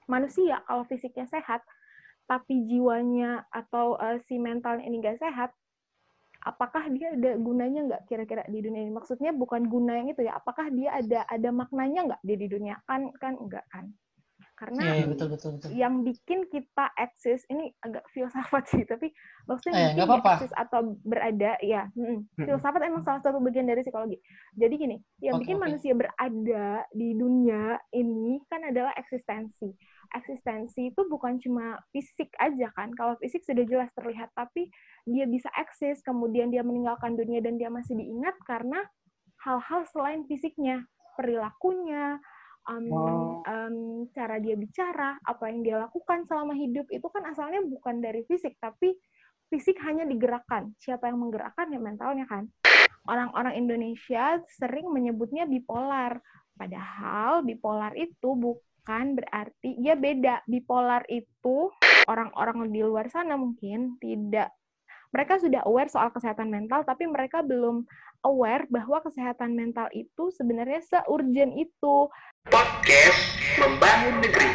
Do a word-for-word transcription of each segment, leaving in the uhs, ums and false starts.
manusia kalau fisiknya sehat, tapi jiwanya atau uh, si mentalnya ini nggak sehat, apakah dia ada gunanya nggak kira-kira di dunia ini? Maksudnya bukan guna yang itu ya, apakah dia ada ada maknanya nggak dia di dunia? Kan kan enggak kan? Karena yeah, betul, betul, betul. yang bikin kita eksis, ini agak filsafat sih, tapi maksudnya yang Eh, bikin nggak dia apa-apa. eksis atau berada, ya, hmm, filsafat emang salah satu bagian dari psikologi. Jadi gini, yang Okay, bikin okay. manusia berada di dunia ini kan adalah eksistensi. Eksistensi itu bukan cuma fisik aja kan, kalau fisik sudah jelas terlihat, tapi dia bisa eksis, kemudian dia meninggalkan dunia dan dia masih diingat karena hal-hal selain fisiknya, perilakunya, Um, Oh. um, cara dia bicara, apa yang dia lakukan selama hidup, itu kan asalnya bukan dari fisik, tapi fisik hanya digerakkan. Siapa yang menggerakkan? Ya mentalnya kan. Orang-orang Indonesia sering menyebutnya bipolar, padahal bipolar itu bukan berarti, ya beda. Bipolar itu orang-orang di luar sana mungkin tidak, mereka sudah aware soal kesehatan mental, tapi mereka belum aware bahwa kesehatan mental itu sebenarnya se-urgent itu. Podcast Membangun Negeri.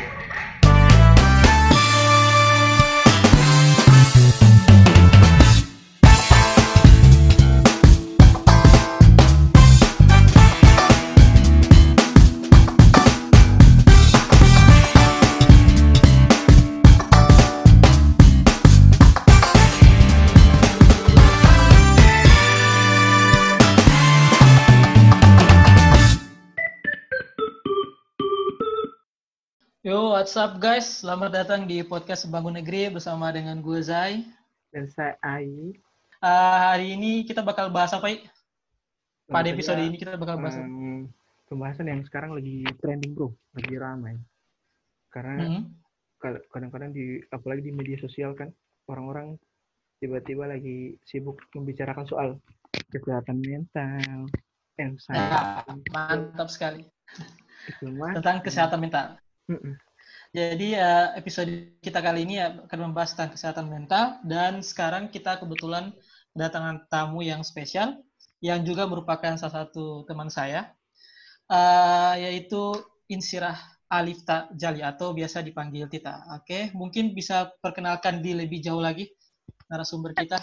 Yo, what's up guys? Selamat datang di podcast Membangun Negeri bersama dengan gue Zai. Dan saya Ai. Uh, hari ini kita bakal bahas apa, I? Pada episode ini kita bakal bahas um, pembahasan yang sekarang lagi trending bro, lagi ramai. Karena mm-hmm. kadang-kadang di, apalagi di media sosial kan, orang-orang tiba-tiba lagi sibuk membicarakan soal kesehatan mental, anxiety. Ya, mantap sekali. Tentang kesehatan mental. Mm-mm. Jadi uh, episode kita kali ini ya, akan membahas tentang kesehatan mental, dan sekarang kita kebetulan kedatangan tamu yang spesial yang juga merupakan salah satu teman saya, uh, yaitu Insirah Alifta Jali atau biasa dipanggil Tita. Oke, mungkin bisa perkenalkan diri lebih jauh lagi narasumber kita.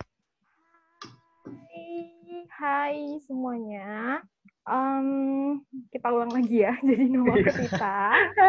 Hai, hai semuanya. Um, kita ulang lagi ya. Jadi nama aku Tita.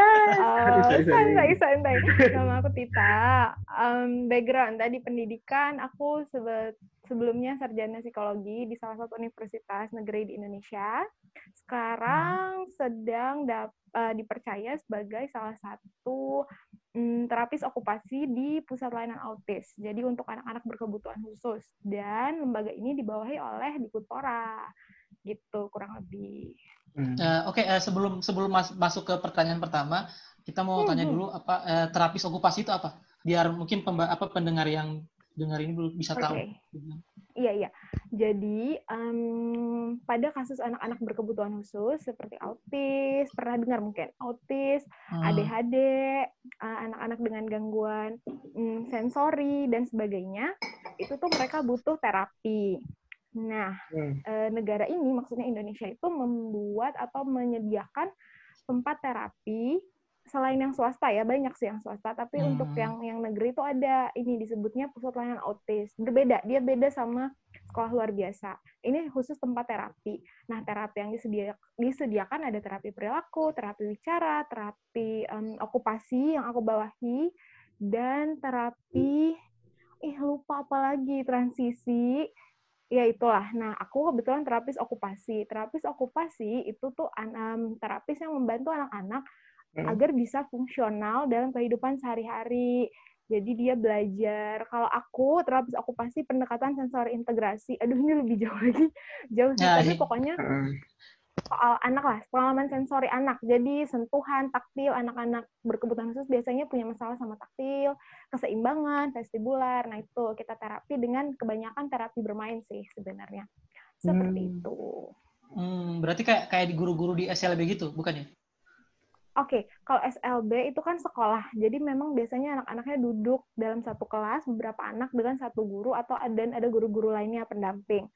Uh, santai, santai. Nama aku Tita. Um, background tadi pendidikan, aku sebe- sebelumnya sarjana psikologi di salah satu universitas negeri di Indonesia. Sekarang sedang dap- uh, dipercaya sebagai salah satu um, terapis okupasi di pusat layanan autis. Jadi untuk anak-anak berkebutuhan khusus. Dan lembaga ini dibawahi oleh Dikutora. Gitu kurang lebih. Hmm. Uh, Oke, okay, uh, sebelum sebelum mas- masuk ke pertanyaan pertama, kita mau hmm. tanya dulu apa uh, terapis okupasi itu apa? Biar mungkin pemba- apa pendengar yang dengar ini bisa tahu. Okay. Iya iya. Jadi um, pada kasus anak-anak berkebutuhan khusus seperti autis, pernah dengar mungkin autis, hmm. A D H D, uh, anak-anak dengan gangguan um, sensori dan sebagainya, itu tuh mereka butuh terapi. Nah, hmm. e, negara ini, maksudnya Indonesia itu membuat atau menyediakan tempat terapi selain yang swasta ya, banyak sih yang swasta, tapi hmm. untuk yang yang negeri itu ada, ini disebutnya pusat layanan autis. Berbeda, dia beda sama sekolah luar biasa. Ini khusus tempat terapi. Nah, terapi yang disediakan, disediakan ada terapi perilaku, terapi bicara, terapi um, okupasi yang aku bawahi, dan terapi, ih lupa apa lagi, transisi, ya itulah. Nah, aku kebetulan terapis okupasi. Terapis okupasi itu tuh um, terapis yang membantu anak-anak hmm. agar bisa fungsional dalam kehidupan sehari-hari. Jadi dia belajar. Kalau aku terapis okupasi pendekatan sensori integrasi. Aduh, ini lebih jauh lagi. Jauh sih. Nah, tapi pokoknya soal anak lah, pengalaman sensori anak. Jadi sentuhan, taktil, anak-anak berkebutuhan khusus biasanya punya masalah sama taktil, keseimbangan, vestibular. Nah itu kita terapi dengan kebanyakan terapi bermain sih sebenarnya. Seperti hmm. itu. Hmm, berarti kayak kayak di guru-guru di S L B gitu, bukan ya? Oke, okay. Kalau S L B itu kan sekolah. Jadi memang biasanya anak-anaknya duduk dalam satu kelas, beberapa anak dengan satu guru, atau dan ada guru-guru lainnya pendamping.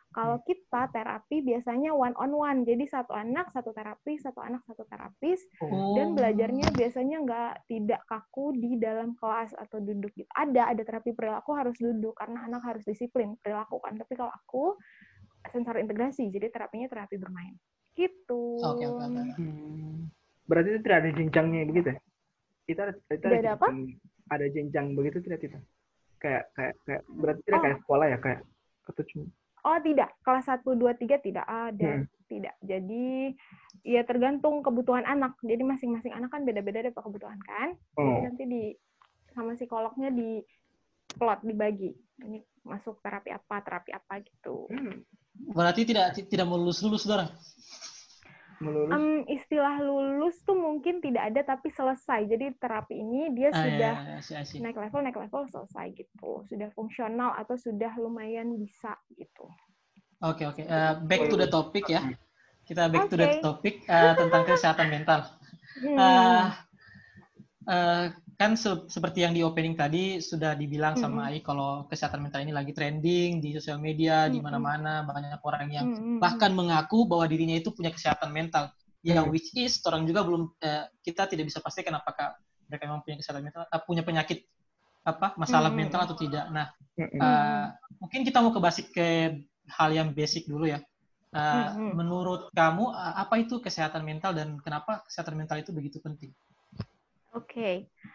Kalau kita terapi biasanya one on one, jadi satu anak satu terapis, satu anak satu terapis, Oh. dan belajarnya biasanya nggak tidak kaku di dalam kelas atau duduk gitu. Ada ada terapi perilaku harus duduk karena anak harus disiplin perilaku kan. Tapi kalau aku sensor integrasi, jadi terapinya terapi bermain. Gitu. Oke, oke, oke. Hmm. Berarti itu tidak ada jenjangnya begitu ya? Kita ada, kita Tidak ada apa? Ada jenjang begitu tidak kita? Kayak kayak kayak berarti tidak Oh. kayak sekolah ya kayak atau cuma Oh tidak, kelas satu, dua, tiga tidak ada, Hmm. tidak. Jadi ya tergantung kebutuhan anak. Jadi masing-masing anak kan beda-beda deh kebutuhan kan. Jadi Oh. nanti di sama psikolognya di plot dibagi. Ini masuk terapi apa, terapi apa gitu. Hmm. Berarti tidak tidak mau lulus-lulus, Saudara? Melulus. Um, istilah lulus tuh mungkin tidak ada, tapi selesai. Jadi terapi ini dia Ah, sudah ya, ya, ya, ya. naik level, naik level selesai gitu. Sudah fungsional atau sudah lumayan bisa gitu. Oke, oke. Uh, back to the topic ya. Kita back to the Okay. topic uh, tentang kesehatan mental. Uh, uh, kan se- seperti yang di opening tadi sudah dibilang sama Ai kalau kesehatan mental ini lagi trending di sosial media, di mana-mana banyak orang yang bahkan mengaku bahwa dirinya itu punya kesehatan mental. Yang which is orang juga belum uh, kita tidak bisa pastikan apakah mereka memang punya kesehatan mental, uh, punya penyakit apa masalah mental atau tidak. Nah, uh, mungkin kita mau ke basic ke hal yang basic dulu ya. Uh, menurut kamu uh, apa itu kesehatan mental dan kenapa kesehatan mental itu begitu penting? Oke, okay.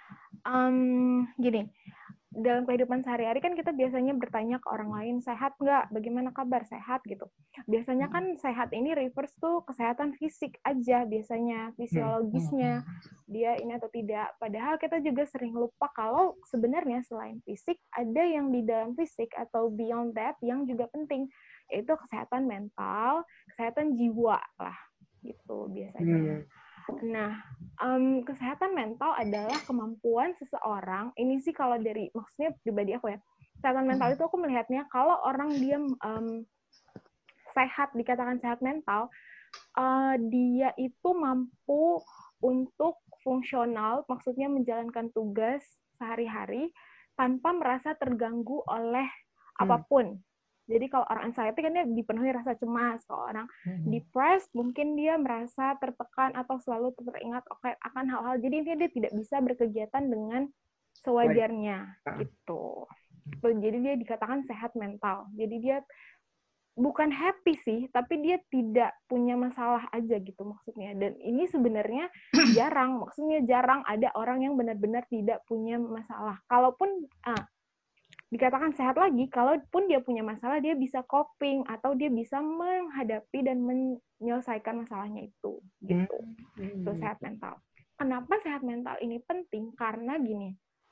um, gini, dalam kehidupan sehari-hari kan kita biasanya bertanya ke orang lain, sehat nggak? Bagaimana kabar? Sehat gitu. Biasanya kan sehat ini refers tuh kesehatan fisik aja biasanya, fisiologisnya dia ini atau tidak. Padahal kita juga sering lupa kalau sebenarnya selain fisik ada yang di dalam fisik atau beyond that yang juga penting, yaitu kesehatan mental, kesehatan jiwa lah gitu biasanya. Nah, um, kesehatan mental adalah kemampuan seseorang, ini sih kalau dari, maksudnya pribadi aku ya, kesehatan mental itu aku melihatnya, kalau orang dia um, sehat, dikatakan sehat mental, uh, dia itu mampu untuk fungsional, maksudnya menjalankan tugas sehari-hari, tanpa merasa terganggu oleh apapun. Jadi kalau orang anxiety kan dia dipenuhi rasa cemas, kalau orang mm-hmm. depressed mungkin dia merasa tertekan atau selalu teringat akan hal-hal. Jadi dia tidak bisa berkegiatan dengan sewajarnya gitu. Jadi dia dikatakan sehat mental. Jadi dia bukan happy sih, tapi dia tidak punya masalah aja gitu maksudnya. Dan ini sebenarnya jarang, maksudnya jarang ada orang yang benar-benar tidak punya masalah. Kalaupun ah, dikatakan sehat lagi, kalaupun dia punya masalah, dia bisa coping atau dia bisa menghadapi dan menyelesaikan masalahnya itu, gitu. Mm-hmm. Itu sehat mental. Kenapa sehat mental ini penting? Karena gini,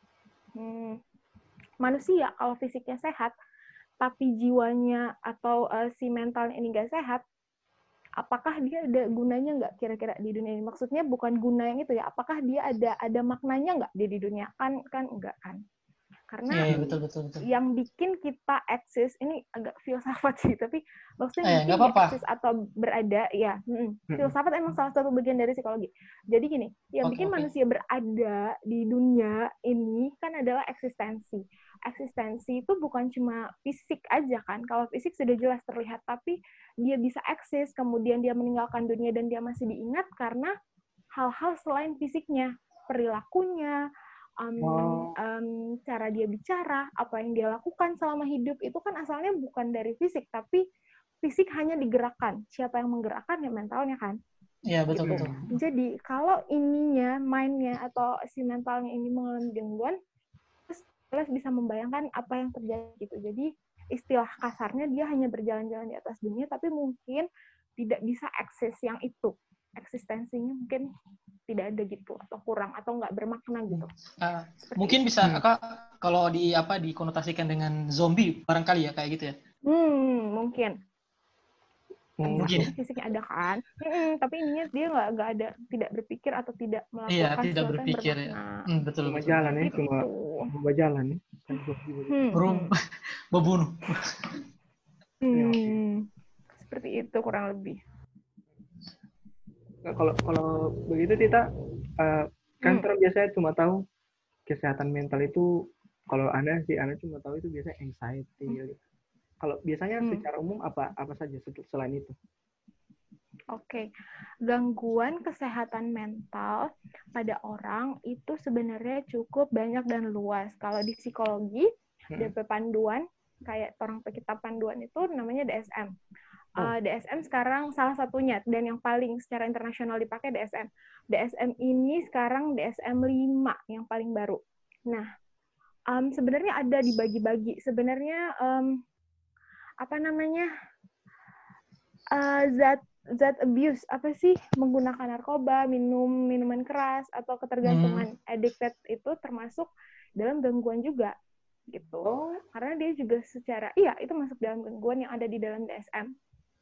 hmm, manusia kalau fisiknya sehat, tapi jiwanya atau uh, si mentalnya ini nggak sehat, apakah dia ada gunanya nggak kira-kira di dunia ini? Maksudnya bukan guna yang itu ya, apakah dia ada ada maknanya nggak dia di dunia? Kan kan enggak kan? Karena ya, ya, betul, betul, betul. yang bikin kita eksis, ini agak filsafat sih, tapi maksudnya eh, bikin dia eksis atau berada, ya hmm, filsafat emang salah satu bagian dari psikologi. Jadi gini, yang okay, bikin okay. manusia berada di dunia ini kan adalah eksistensi. Eksistensi itu bukan cuma fisik aja kan, kalau fisik sudah jelas terlihat, tapi dia bisa eksis, kemudian dia meninggalkan dunia dan dia masih diingat karena hal-hal selain fisiknya, perilakunya, Um, wow. um, cara dia bicara, apa yang dia lakukan selama hidup, itu kan asalnya bukan dari fisik, tapi fisik hanya digerakkan. Siapa yang menggerakkan? Ya mentalnya kan. Iya, betul, gitu. betul. Jadi, kalau ininya, mind-nya, atau si mentalnya ini mengalami gangguan, terus bisa membayangkan apa yang terjadi gitu. Jadi, istilah kasarnya dia hanya berjalan-jalan di atas dunia, tapi mungkin tidak bisa akses yang itu. Eksistensinya mungkin tidak ada gitu atau kurang atau nggak bermakna gitu. Uh, mungkin itu. Bisa hmm. Kak, kalau di apa dikonotasikan dengan zombie barangkali ya kayak gitu ya. Hmm, mungkin. Mungkin. Fisiknya ada kan. Hmm, tapi ininya dia nggak nggak ada, tidak berpikir atau tidak melakukan iya, tidak sesuatu berpikir, yang bermakna. Ya. Hmm, betul, cuma betul. jalan ya, gitu. cuma cuma jalan ya. Hmm, Berum, membunuh. Hmm, seperti itu kurang lebih. Nah, kalau kalau begitu Tita, uh, kan hmm. biasanya cuma tahu kesehatan mental itu, kalau Anda sih Anda cuma tahu itu biasanya anxiety. Hmm. Kalau biasanya Hmm. secara umum apa apa saja selain itu? Oke, gangguan kesehatan mental pada orang itu sebenarnya cukup banyak dan luas. Kalau di psikologi, Hmm. D P panduan, kayak orang pekitab panduan itu namanya D S M. Oh. Uh, D S M sekarang salah satunya, dan yang paling secara internasional dipakai D S M. D S M ini sekarang D S M lima yang paling baru. Nah, um, sebenarnya ada dibagi-bagi. Sebenarnya, um, apa namanya, uh, zat zat abuse, apa sih, menggunakan narkoba, minum minuman keras, atau ketergantungan hmm. addicted itu termasuk dalam gangguan juga, gitu. Oh. Karena dia juga secara, iya, itu masuk dalam gangguan yang ada di dalam D S M.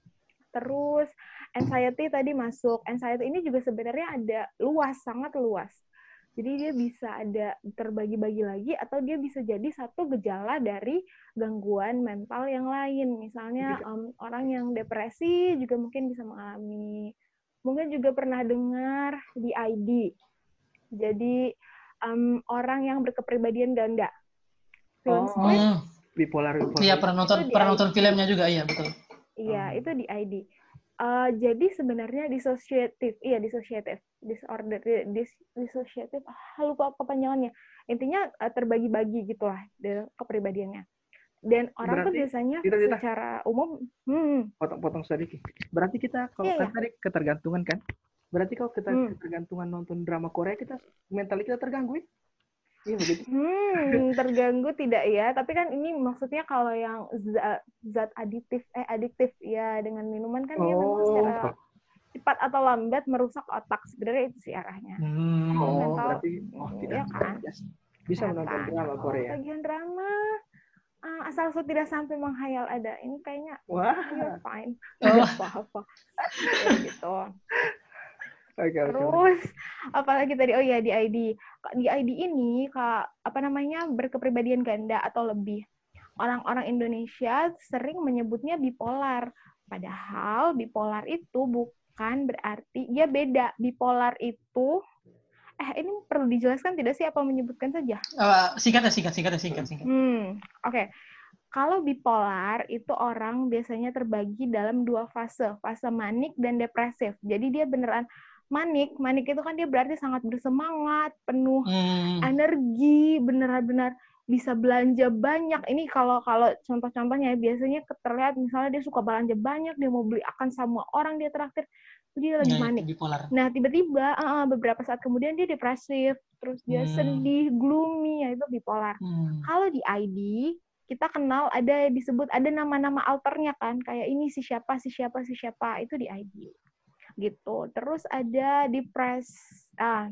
Terus, anxiety tadi masuk. Anxiety ini juga sebenarnya ada luas, sangat luas. Jadi dia bisa ada terbagi-bagi lagi, atau dia bisa jadi satu gejala dari gangguan mental yang lain. Misalnya um, orang yang depresi juga mungkin bisa mengalami. Mungkin juga pernah dengar D I D. Jadi um, orang yang berkepribadian ganda. Film oh, Split. hmm. bipolar, bipolar. Iya, pernah nonton, pernah nonton filmnya juga, iya betul. Iya, Hmm. itu D I D. Uh, jadi sebenarnya dissociative, iya dissociative, disorder, dis, dissociative, ah, lupa kepanjangannya. Intinya uh, terbagi-bagi gitulah kepribadiannya. Dan orang Berarti, tuh biasanya kita, kita, secara umum, hmm. potong-potong sedikit. Berarti kita kalau yeah, kan yeah. tadi ketergantungan kan, berarti kalau kita hmm. ketergantungan nonton drama Korea, kita mental kita terganggu ya? Iya begitu. Hmm, terganggu tidak ya? Tapi kan ini maksudnya kalau yang zat, zat adiktif, eh adiktif ya dengan minuman kan oh. dia memang secara cepat atau lambat merusak otak. Sebenarnya itu sih arahnya. Hmm. Oh, mental, berarti oh tidak ya kan? bisa Setan. menonton drama Korea. Bagian drama, uh, asal so tidak sampai menghayal ada. Ini kayaknya wah, you're fine. Oh. Apa-apa. Ya gitu. Okay, Terus okay. apalagi tadi, oh ya D I D. D I D ini Kak, apa namanya, berkepribadian ganda atau lebih. Orang-orang Indonesia sering menyebutnya bipolar. Padahal bipolar itu bukan berarti, ya beda. Bipolar itu, eh ini perlu dijelaskan tidak sih apa menyebutkan saja? Uh, singkat ya, singkat, singkat, singkat, singkat. Hmm, oke. Okay. Kalau bipolar itu orang biasanya terbagi dalam dua fase, fase manik dan depresif. Jadi dia beneran manik, manik itu kan dia berarti sangat bersemangat, penuh hmm. energi, benar-benar bisa belanja banyak. Ini kalau kalau contoh-contohnya biasanya terlihat misalnya dia suka belanja banyak, dia mau beli akan semua orang dia traktir, dia lagi nah, manik. Bipolar. Nah tiba-tiba uh, beberapa saat kemudian dia depresif, terus dia hmm. sedih, gloomy, ya itu bipolar. Hmm. Kalau di I D kita kenal ada disebut ada nama-nama alternya kan, kayak ini si siapa si siapa si siapa, itu di I D. Gitu. Terus ada depres ah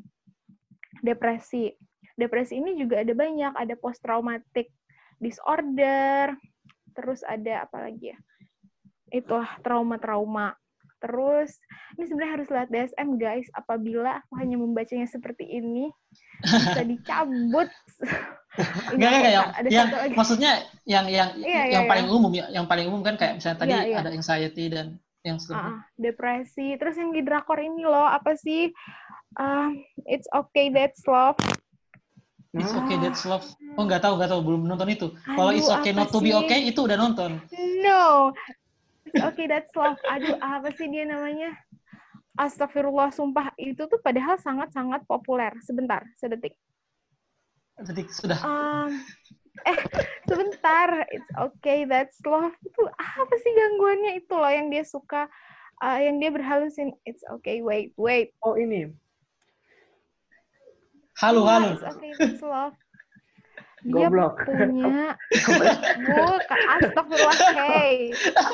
depresi. Depresi ini juga ada banyak, ada post traumatic disorder, terus ada apa lagi ya? Itulah trauma-trauma. Terus ini sebenarnya harus lihat D S M guys, apabila aku hanya membacanya seperti ini bisa dicabut. Enggak enggak yang, yang maksudnya yang yang iya, yang iya, paling iya. umum ya, yang paling umum kan kayak misalnya tadi iya, iya. ada anxiety dan yang uh, depresi. Terus yang di drakor ini loh, apa sih? Uh, it's okay that's love. It's okay that's love. Oh nggak tahu nggak tahu belum nonton itu. Kalau it's okay not to be okay itu udah nonton. No, it's okay that's love. Aduh apa sih dia namanya? Astagfirullah, sumpah itu tuh padahal sangat-sangat populer. Sebentar, sedetik. Sedetik sudah. Um, eh sebentar, it's okay that's love itu apa sih gangguannya itu loh yang dia suka, uh, yang dia berhalusin. It's okay, wait, wait. Oh ini. Halo, ya, halo. It's okay that's love. Dia Goblok. punya bukan astagfirullah, hey.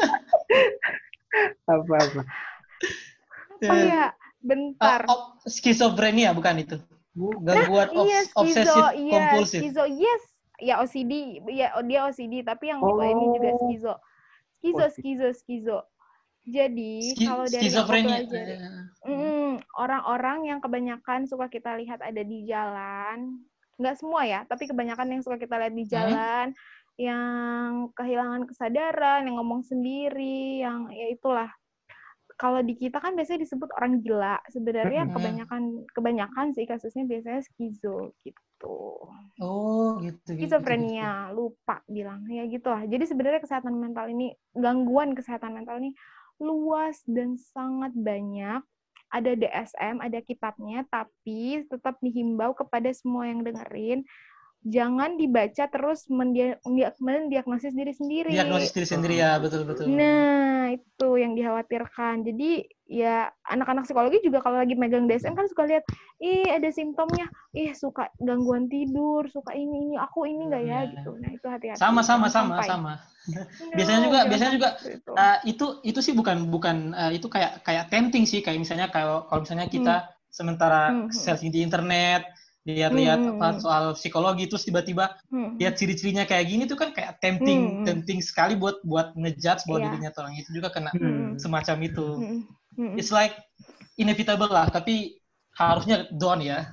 Apa-apa. Oh ya, bentar. Uh, skizofrenia bukan itu? Gangguan nah, iya, obsesif iya, kompulsif. Skizo, yes. Ya O C D, ya dia O C D, tapi yang oh. ini juga skizo. Skizo, skizo, skizo. Jadi Ski, kalau dari yang aku pelajari, uh, mm, orang-orang yang kebanyakan suka kita lihat ada di jalan, nggak semua ya, tapi kebanyakan yang suka kita lihat di jalan, hmm? yang kehilangan kesadaran, yang ngomong sendiri, yang ya itulah. kalau di kita kan biasanya disebut orang gila. Sebenarnya Hmm. kebanyakan kebanyakan sih kasusnya biasanya skizo gitu. Oh, gitu gitu. gitu, gitu. Skizofrenia, lupa bilang. Ya gitu lah. Jadi sebenarnya kesehatan mental ini, gangguan kesehatan mental ini luas dan sangat banyak. Ada D S M, ada kitabnya, tapi tetap dihimbau kepada semua yang dengerin, jangan dibaca terus mendia- mendia- mendiagnosis diri sendiri. Diagnosis diri sendiri ya, betul-betul. Nah, itu yang dikhawatirkan. Jadi, ya anak-anak psikologi juga kalau lagi megang D S M kan suka lihat, ih ada simptomnya, ih suka gangguan tidur, suka ini, ini, aku ini nggak ya, Ya. gitu. Nah, itu hati-hati. Sama, sama, Jangan sama, sampai. sama. No, biasanya juga, jangan biasanya juga sampai itu. uh, itu itu sih bukan bukan uh, itu kayak kayak tempting sih, kayak misalnya kalau kalau misalnya kita Hmm. sementara Hmm, hmm. searching di internet, lihat-lihat Hmm, apa hmm. soal psikologi, terus tiba-tiba Hmm. lihat ciri-cirinya kayak gini tuh kan kayak tempting, Hmm. tempting sekali buat buat ngejudge bahwa Iya. dirinya tuh orang itu juga kena Hmm. semacam itu. Hmm. Hmm. It's like inevitable lah, tapi harusnya don't ya.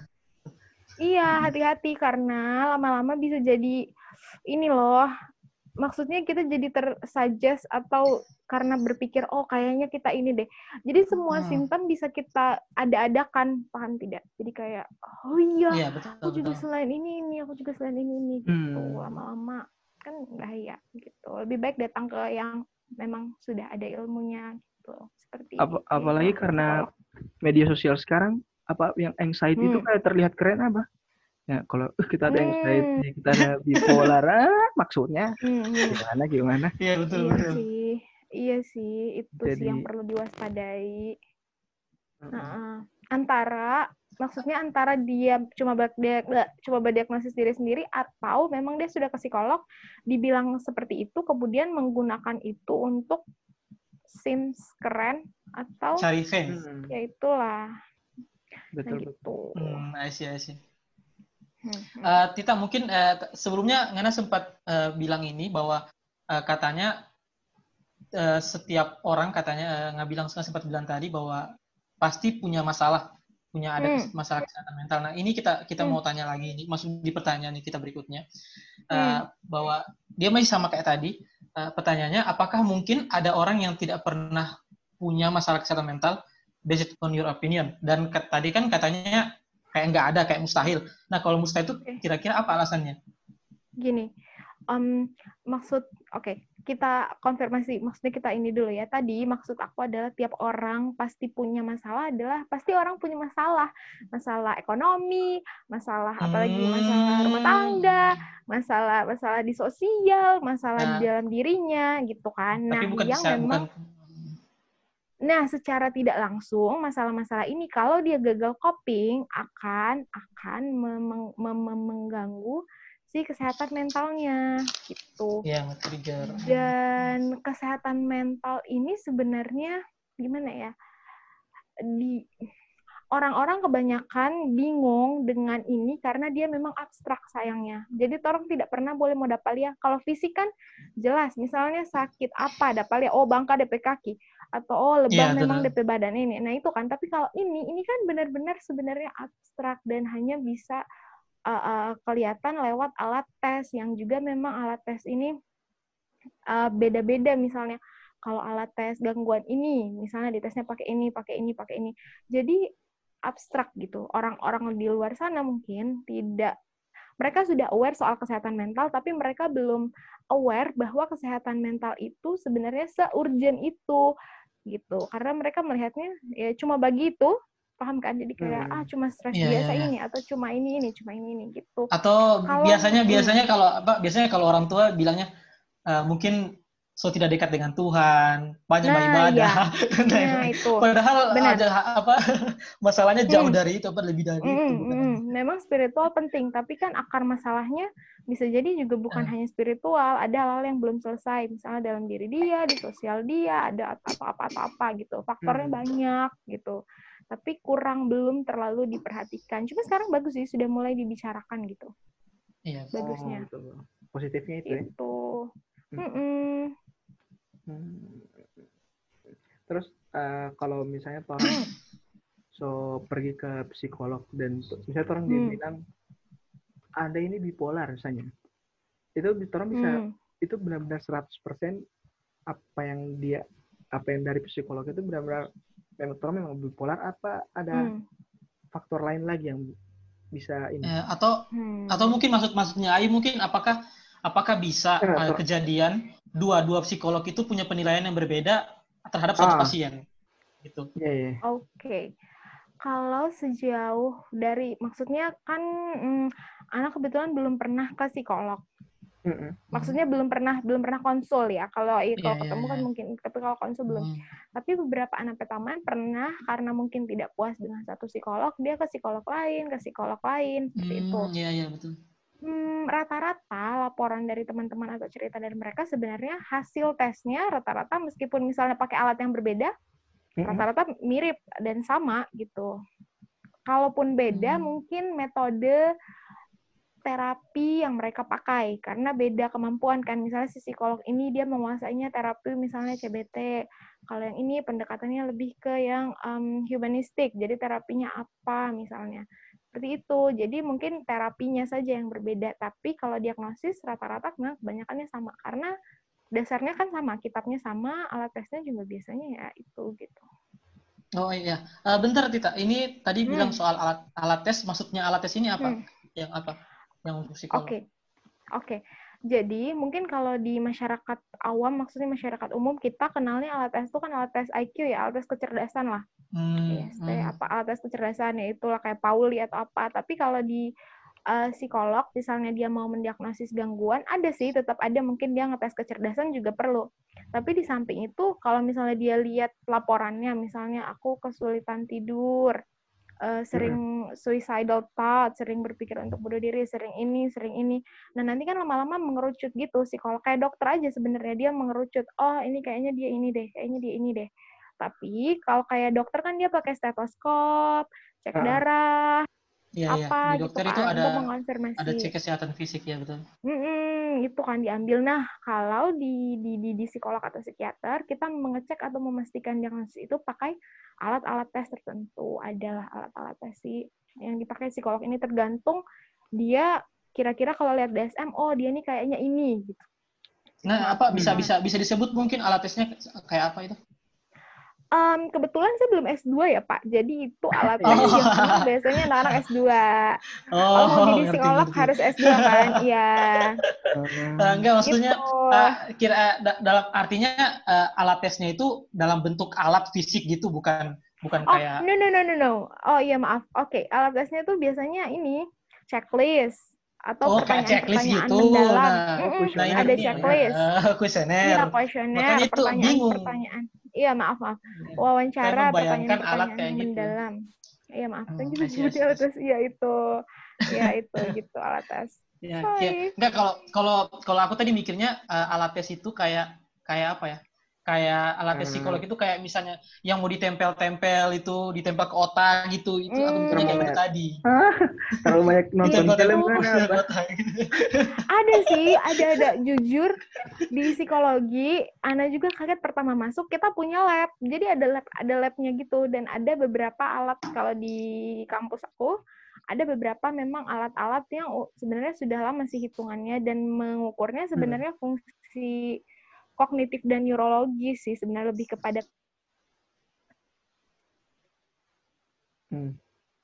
Iya, hati-hati karena lama-lama bisa jadi ini loh. Maksudnya kita jadi tersuggest atau karena berpikir, oh kayaknya kita ini deh. Jadi semua Hmm. simptom bisa kita ada-adakan, paham tidak? Jadi kayak, oh iya, Iya, betul, aku juga betul. selain ini, ini, aku juga selain ini, ini, gitu. Hmm. Lama-lama kan bahaya, gitu. Lebih baik datang ke yang memang sudah ada ilmunya, gitu. Seperti Ap- itu. apalagi karena media sosial sekarang, apa yang anxiety itu Hmm. kayak terlihat keren apa? Ya kalau uh, kita ada Hmm. anxiety, kita ada bipolar, ah, maksudnya Hmm. gimana gimana? Iya, betul, Iya betul. sih, iya sih, itu Jadi- sih yang perlu diwaspadai. Mm-mm. Nah, antara, maksudnya antara dia cuma berdiag, coba berdiagnosis diri sendiri atau memang dia sudah ke psikolog, dibilang seperti itu, kemudian menggunakan itu untuk seems keren atau Cari fame. Hmm. ya itulah. Betul Nah, betul. gitu. Hmm, I see, I see. Hmm. Uh, Tita, mungkin uh, sebelumnya Ngana sempat uh, bilang ini bahwa uh, katanya uh, setiap orang katanya uh, nggak bilang sempat bilang tadi bahwa pasti punya masalah, punya ada Hmm. masalah kesehatan mental. Nah ini kita kita Hmm. mau tanya lagi ini, masuk di pertanyaan kita berikutnya uh, Hmm. bahwa dia masih sama kayak tadi. Uh, pertanyaannya, apakah mungkin ada orang yang tidak pernah punya masalah kesehatan mental based on your opinion? Dan ke, tadi kan katanya kayak nggak ada, kayak mustahil. Nah, kalau mustahil itu kira-kira apa alasannya? Gini, um, maksud, oke, okay, kita konfirmasi, maksudnya kita ini dulu ya. Tadi maksud aku adalah tiap orang pasti punya masalah adalah, pasti orang punya masalah. Masalah ekonomi, masalah apalagi masalah rumah tangga, masalah masalah di sosial, masalah Nah, di dalam dirinya, gitu kan. Tapi Nah, bukan yang bisa, memang... bukan... Nah, secara tidak langsung masalah-masalah ini kalau dia gagal coping akan akan mem- mem- mengganggu si kesehatan mentalnya gitu. Iya, nge-trigger. Dan kesehatan mental ini sebenarnya gimana ya? Di orang-orang kebanyakan bingung dengan ini karena dia memang abstrak sayangnya. Jadi orang tidak pernah boleh mau dapalia. Kalau fisik kan jelas, misalnya sakit apa dapalia, oh bangka D P kaki atau oh lebam Iya, memang betul. D P badan ini. Nah itu kan. Tapi kalau ini, ini kan benar-benar sebenarnya abstrak dan hanya bisa uh, uh, kelihatan lewat alat tes yang juga memang alat tes ini uh, beda-beda. Misalnya kalau alat tes gangguan ini, misalnya ditesnya pakai ini, pakai ini, pakai ini. Jadi abstrak gitu. Orang-orang di luar sana mungkin tidak, mereka sudah aware soal kesehatan mental, tapi mereka belum aware bahwa kesehatan mental itu sebenarnya se-urgent itu gitu. Karena mereka melihatnya ya cuma bagi itu, paham kan? Jadi kayak Hmm. ah cuma stres Iya, biasa iya, iya. ini atau cuma ini ini, cuma ini ini gitu. Atau Kalau- biasanya hmm. biasanya kalau apa? Biasanya kalau orang tua bilangnya uh, mungkin so tidak dekat dengan Tuhan, banyak Nah, beribadah. iya. Nah, itu. Padahal Benar. ada apa masalahnya jauh Hmm. dari itu, apa lebih dari Mm, itu mm, bukan mm. hanya. Memang spiritual penting, tapi kan akar masalahnya bisa jadi juga bukan Uh. hanya spiritual, ada hal-hal yang belum selesai, misalnya dalam diri dia, di sosial dia, ada apa-apa atau apa gitu. Faktornya Hmm. banyak gitu. Tapi kurang belum terlalu diperhatikan. Cuma sekarang bagus sih, sudah mulai dibicarakan gitu. Iya. Bagusnya. Oh, betul. Positifnya itu ya. Itu. Hmm. Mm-mm. Hmm. Terus uh, kalau misalnya orang so pergi ke psikolog dan misalnya orang dia Hmm. bilang ada ini bipolar misalnya, itu orang bisa Hmm. itu benar-benar seratus persen apa yang dia apa yang dari psikolog itu benar-benar memang memang bipolar apa ada hmm. faktor lain lagi yang bisa ini eh, atau hmm. atau mungkin maksud maksudnya Ai mungkin apakah apakah bisa ya, uh, kejadian dua dua psikolog itu punya penilaian yang berbeda terhadap satu ah. pasien gitu. Yeah, yeah. Oke. Okay. Kalau sejauh dari maksudnya kan mm, anak kebetulan belum pernah ke psikolog. Mm-hmm. Maksudnya belum pernah belum pernah konsul ya. Kalau yeah, kalau ketemu yeah, kan yeah. mungkin, tapi kalau konsul belum. Mm. Tapi beberapa anak petaman pernah karena mungkin tidak puas dengan satu psikolog, dia ke psikolog lain, ke psikolog lain seperti mm, itu. Iya yeah, iya yeah, betul. Hmm, rata-rata laporan dari teman-teman atau cerita dari mereka sebenarnya hasil tesnya rata-rata meskipun misalnya pakai alat yang berbeda, mm-hmm. rata-rata mirip dan sama gitu. Kalaupun beda mm. mungkin metode terapi yang mereka pakai karena beda kemampuan kan, misalnya si psikolog ini dia menguasainya terapi misalnya C B T, kalau yang ini pendekatannya lebih ke yang um, humanistik, jadi terapinya apa misalnya seperti itu. Jadi mungkin terapinya saja yang berbeda, tapi kalau diagnosis rata-rata memang kebanyakannya sama karena dasarnya kan sama, kitabnya sama, alat tesnya juga biasanya ya itu gitu. Oh iya, uh, bentar Tita, ini tadi hmm. bilang soal alat alat tes, maksudnya alat tes ini apa? Hmm. Yang apa? Yang untuk psikolog. Oke, okay. oke. Okay. Jadi mungkin kalau di masyarakat awam, maksudnya masyarakat umum, kita kenalnya alat tes itu kan alat tes I Q ya, alat tes kecerdasan lah. Hmm. Yes, hmm. apa alat tes kecerdasan ya itulah kayak Pauli atau apa. Tapi kalau di uh, psikolog, misalnya dia mau mendiagnosis gangguan, ada sih, tetap ada mungkin dia ngetes kecerdasan juga perlu. Tapi di samping itu, kalau misalnya dia lihat laporannya, misalnya aku kesulitan tidur, Uh, sering suicidal thought, sering berpikir untuk bunuh diri, sering ini, sering ini. Nah, nanti kan lama-lama mengerucut gitu, psikolog. Kayak dokter aja sebenarnya, dia mengerucut, oh ini kayaknya dia ini deh, kayaknya dia ini deh. Tapi kalau kayak dokter kan dia pakai stetoskop, cek uh. darah, ya, apa ya. Di dokter gitu itu kan, ada, untuk mengonfirmasi. Ada cek kesehatan fisik ya, betul. Mm-mm, itu kan diambil. Nah, kalau di, di, di, di psikolog atau psikiater, kita mengecek atau memastikan diagnosis itu pakai alat-alat tes tertentu. Adalah alat-alat tes sih yang dipakai psikolog ini tergantung dia kira-kira kalau lihat D S M, oh dia ini kayaknya ini gitu. Nah, apa bisa bisa bisa disebut mungkin alat tesnya kayak apa itu? Um, kebetulan saya belum S dua ya, Pak. Jadi itu alat tes oh. yang memang biasanya anak-anak S dua. Oh, oh mau jadi ngerti, psikolog ngerti. Harus S dua kan? Iya. Uh, enggak, maksudnya gitu. uh, kira da- dalam artinya uh, alat tesnya itu dalam bentuk alat fisik gitu, bukan bukan oh, kayak no no no no no. Oh iya maaf. Oke, okay. Alat tesnya itu biasanya ini checklist atau oh, pertanyaan-pertanyaan gitu. mendalam. Nah, mm-hmm. nah, ada checklist. Uh, kuesioner. Iya, kuesioner, pertanyaan-pertanyaan. Iya, maaf, maaf. Wawancara, pertanyaan-pertanyaan yang mendalam. Gitu. Iya, maaf. Kan juga sebutin alat tes. Iya, itu. Iya, itu. gitu, alat tes. Ya, ya. Enggak, kalau kalau kalau aku tadi mikirnya uh, alat tes itu kayak kayak apa ya? Kayak alat tes psikolog itu kayak misalnya yang mau ditempel-tempel itu, ditempel ke otak gitu. Itu aku mikirnya kayak gitu tadi. Terlalu banyak nonton film apa? Ada sih, ada ada jujur di psikologi, Ana juga kaget pertama masuk kita punya lab. Jadi ada lab ada labnya gitu dan ada beberapa alat kalau di kampus aku ada beberapa memang alat-alat yang sebenarnya sudah lama sih hitungannya dan mengukurnya sebenarnya hmm. fungsi kognitif dan neurologis sih sebenarnya lebih kepada hmm.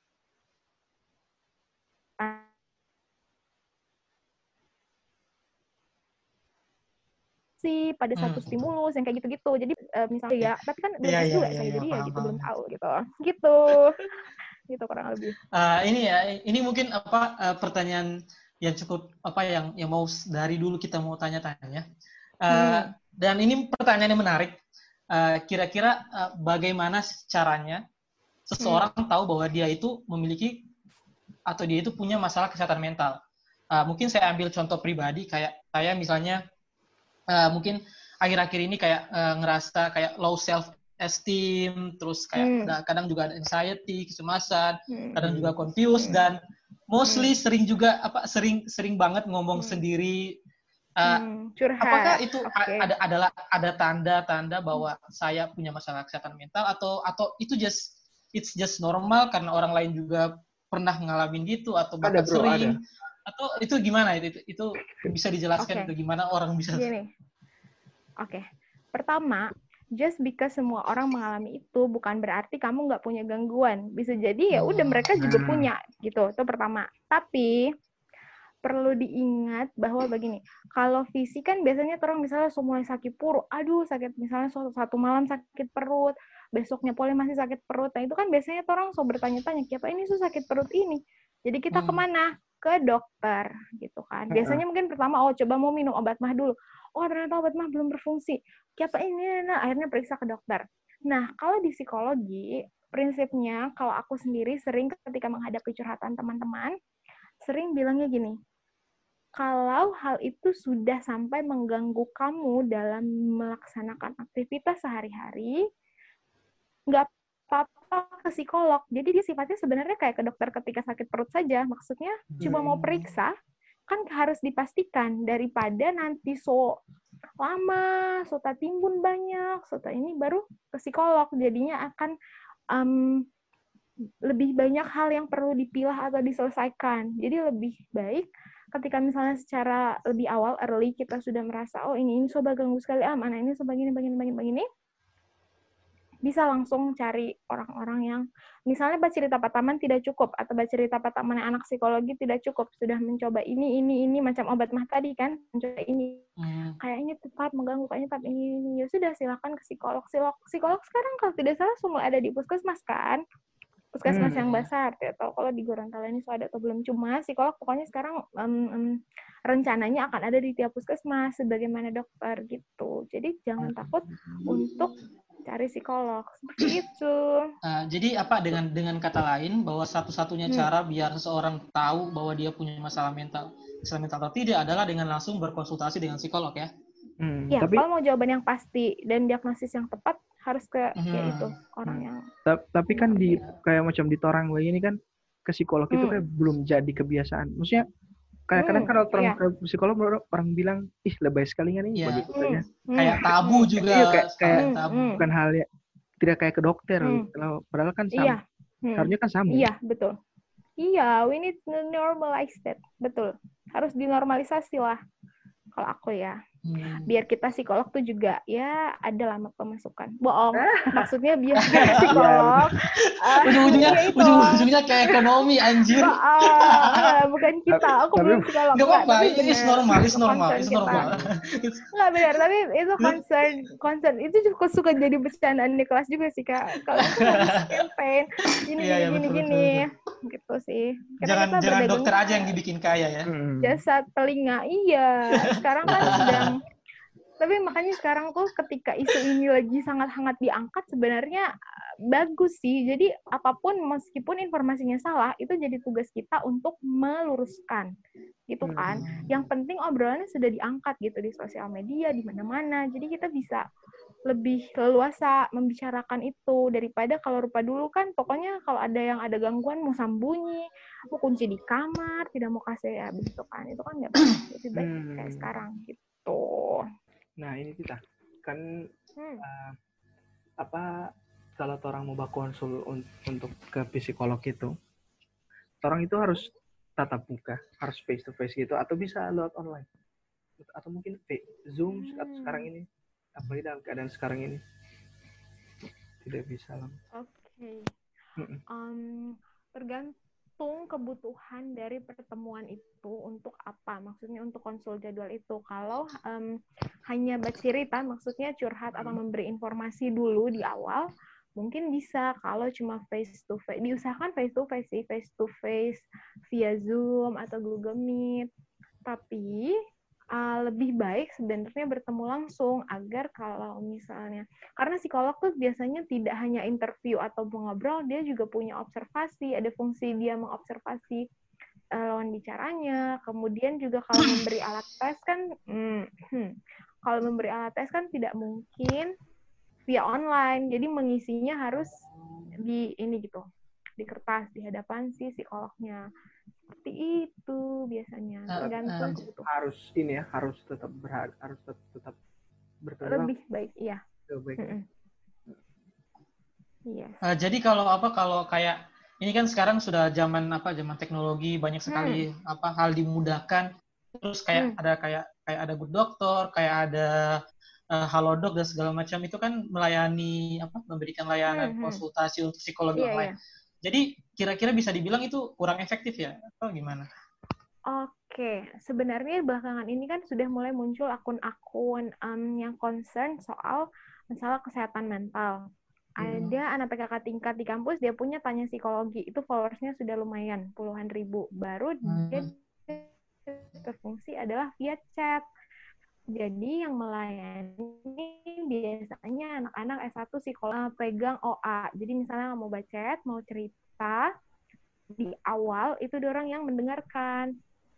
sih pada satu hmm. stimulus yang kayak gitu-gitu. Jadi uh, misalnya ya, tapi kan belum yeah, S dua yeah, saya yeah, jadi yeah, ya paham, gitu paham. belum tahu gitu. Gitu. Gitu kurang lebih. Uh, ini ya, ini mungkin apa uh, pertanyaan yang cukup apa yang yang mau dari dulu kita mau tanya-tanya. Uh, hmm. Dan ini pertanyaan yang menarik. Uh, kira-kira uh, bagaimana caranya seseorang hmm. tahu bahwa dia itu memiliki atau dia itu punya masalah kesehatan mental. Uh, mungkin saya ambil contoh pribadi kayak saya misalnya uh, mungkin akhir-akhir ini kayak uh, ngerasa kayak low self esteem, terus kayak hmm. kadang juga ada anxiety, kecemasan, hmm. kadang juga confused hmm. dan mostly hmm. sering juga apa sering sering banget ngomong hmm. sendiri. Uh, hmm. Apakah itu okay. ada adalah ada tanda-tanda bahwa hmm. saya punya masalah kesehatan mental atau atau itu just it's just normal karena orang lain juga pernah ngalamin gitu atau bahkan ada, bro, sering ada. atau itu gimana itu itu, itu bisa dijelaskan okay. itu gimana orang bisa gini. Oke. Okay. Pertama, just because semua orang mengalami itu bukan berarti kamu nggak punya gangguan. Bisa jadi ya udah mereka juga punya gitu. Itu pertama. Tapi perlu diingat bahwa begini, kalau fisik kan biasanya orang misalnya semua sakit perut, aduh sakit misalnya satu malam sakit perut, besoknya boleh masih sakit perut. Nah itu kan biasanya orang so bertanya-tanya, siapa ini tuh sakit perut ini? Jadi kita hmm. kemana? Ke dokter gitu kan. Biasanya mungkin pertama, oh coba mau minum obat mah dulu. Oh ternyata obat mah belum berfungsi. Siapa ini? Nah akhirnya periksa ke dokter. Nah kalau di psikologi, prinsipnya kalau aku sendiri sering ketika menghadapi curhatan teman-teman, sering bilangnya gini, kalau hal itu sudah sampai mengganggu kamu dalam melaksanakan aktivitas sehari-hari, nggak apa-apa ke psikolog. Jadi dia sifatnya sebenarnya kayak ke dokter ketika sakit perut saja. Maksudnya cuma mau periksa, kan harus dipastikan daripada nanti so lama, so tak timbun banyak, so tak ini baru ke psikolog. Jadinya akan um, lebih banyak hal yang perlu dipilah atau diselesaikan. Jadi lebih baik ketika misalnya secara lebih awal, early, kita sudah merasa, oh ini, ini sobat ganggu sekali, ah mana ini sobat begini, begini, begini, begini, bisa langsung cari orang-orang yang, misalnya baca cerita Pataman tidak cukup, atau baca cerita Pataman anak psikologi tidak cukup, sudah mencoba ini, ini, ini, macam obat mah tadi kan, mencoba ini, hmm. kayaknya tetap mengganggu, kayaknya tetap ini, ini, ya sudah silakan ke psikolog. Psikolog, psikolog sekarang kalau tidak salah semua ada di puskesmas kan, puskesmas hmm. yang besar, tidak tahu kalau di Gorontalo ini so ada atau belum, cuma psikolog pokoknya sekarang um, um, rencananya akan ada di tiap puskesmas sebagaimana dokter gitu. Jadi jangan takut untuk cari psikolog seperti itu. Uh, jadi apa dengan dengan kata lain bahwa satu-satunya hmm. cara biar seseorang tahu bahwa dia punya masalah mental, masalah mental atau tidak adalah dengan langsung berkonsultasi dengan psikolog ya. Hmm, ya, tapi, kalau mau jawaban yang pasti dan diagnosis yang tepat harus ke hmm. ya itu orang yang. Tapi kan di kayak macam di torang begini kan ke psikolog hmm. itu kayak belum jadi kebiasaan. Maksudnya kadang-kadang hmm, kalau orang iya. ke psikolog orang bilang ih lebay sekali kan ini iya. begitu saja. Hmm. Kayak tabu juga. Iya, kayak, kayak hmm. tabu. Bukan hal ya tidak kayak ke dokter. Hmm. Kalau padahal kan sama. Iya. Hmm. Harusnya kan sama. Iya, betul. Iya, we need to normalize that. Betul. Harus dinormalisasi lah. Kalau aku ya. Hmm. Biar kita psikolog tuh juga ya ada lama pemasukan. Bohong. Maksudnya biar psikolog. uh, ujung-ujungnya ya ujung-ujungnya kayak ekonomi anjir. Uh, bukan kita. Aku belum psikolog. Enggak apa-apa. Ini normal, ini normal, ini normal. Enggak benar, tapi itu concern concern itu juga suka jadi bercandaan di kelas juga sih Kak. Kalau aku campaign gini iya, iya, gini betul, gini betul, betul. gitu sih. Jangan jangan dokter aja yang dibikin kaya ya. Jasa telinga. Iya. Sekarang kan sedang. Tapi makanya sekarang tuh ketika isu ini lagi sangat hangat diangkat, sebenarnya bagus sih. Jadi apapun meskipun informasinya salah, itu jadi tugas kita untuk meluruskan. Gitu kan. Hmm. Yang penting obrolannya sudah diangkat gitu di sosial media, di mana-mana. Jadi kita bisa lebih leluasa membicarakan itu daripada kalau rupa dulu kan pokoknya kalau ada yang ada gangguan mau sembunyi, mau kunci di kamar, tidak mau kasih ya begitu kan. Itu kan nggak baik. Lebih baik hmm. kayak sekarang gitu. Nah ini kita kan hmm. uh, apa kalau orang mau konsul un- untuk ke psikolog itu, orang itu harus tatap muka, harus face to face gitu, atau bisa lewat online, atau mungkin Zoom hmm. sekarang ini, apalagi dalam keadaan sekarang ini tidak bisa lah. Oke, okay. um, tergantung kebutuhan dari pertemuan itu untuk apa, maksudnya untuk konsul jadwal itu. Kalau um, hanya bercerita, maksudnya curhat atau memberi informasi dulu di awal, mungkin bisa. Kalau cuma face to face, diusahakan face to face sih, face to face via Zoom atau Google Meet. Tapi uh, lebih baik sebenarnya bertemu langsung agar kalau misalnya, karena psikolog tuh biasanya tidak hanya interview atau mengobrol, dia juga punya observasi, ada fungsi dia mengobservasi uh, lawan bicaranya. Kemudian juga kalau memberi alat tes kan, hmm, hmm, kalau memberi alat tes kan tidak mungkin via online, jadi mengisinya harus di ini gitu, di kertas, di hadapan si psikolognya. Seperti itu biasanya. Tergantung uh, uh, harus ini ya, harus tetap berhak, harus tetap, tetap bertemu. Lebih baik, iya. Lebih baik. Mm-hmm. Yes. Uh, jadi kalau apa kalau kayak ini kan sekarang sudah zaman apa zaman teknologi, banyak sekali hmm. apa hal dimudahkan. Terus kayak hmm. ada kayak kayak ada good dokter, kayak ada uh, Halodoc dan segala macam itu kan melayani apa memberikan layanan Hmm, hmm. konsultasi untuk psikologi Iya, online. iya. Jadi kira-kira bisa dibilang itu kurang efektif ya atau gimana? Oke, sebenarnya belakangan ini kan sudah mulai muncul akun-akun um, yang concern soal masalah kesehatan mental. Hmm. Ada anak P K K tingkat di kampus, dia punya tanya psikologi, itu followersnya sudah lumayan, puluhan ribu. Baru dia Hmm. berfungsi adalah via chat. Jadi yang melayani biasanya anak-anak S satu psikolog pegang O A. Jadi misalnya mau baca chat, mau cerita, di awal itu orang yang mendengarkan.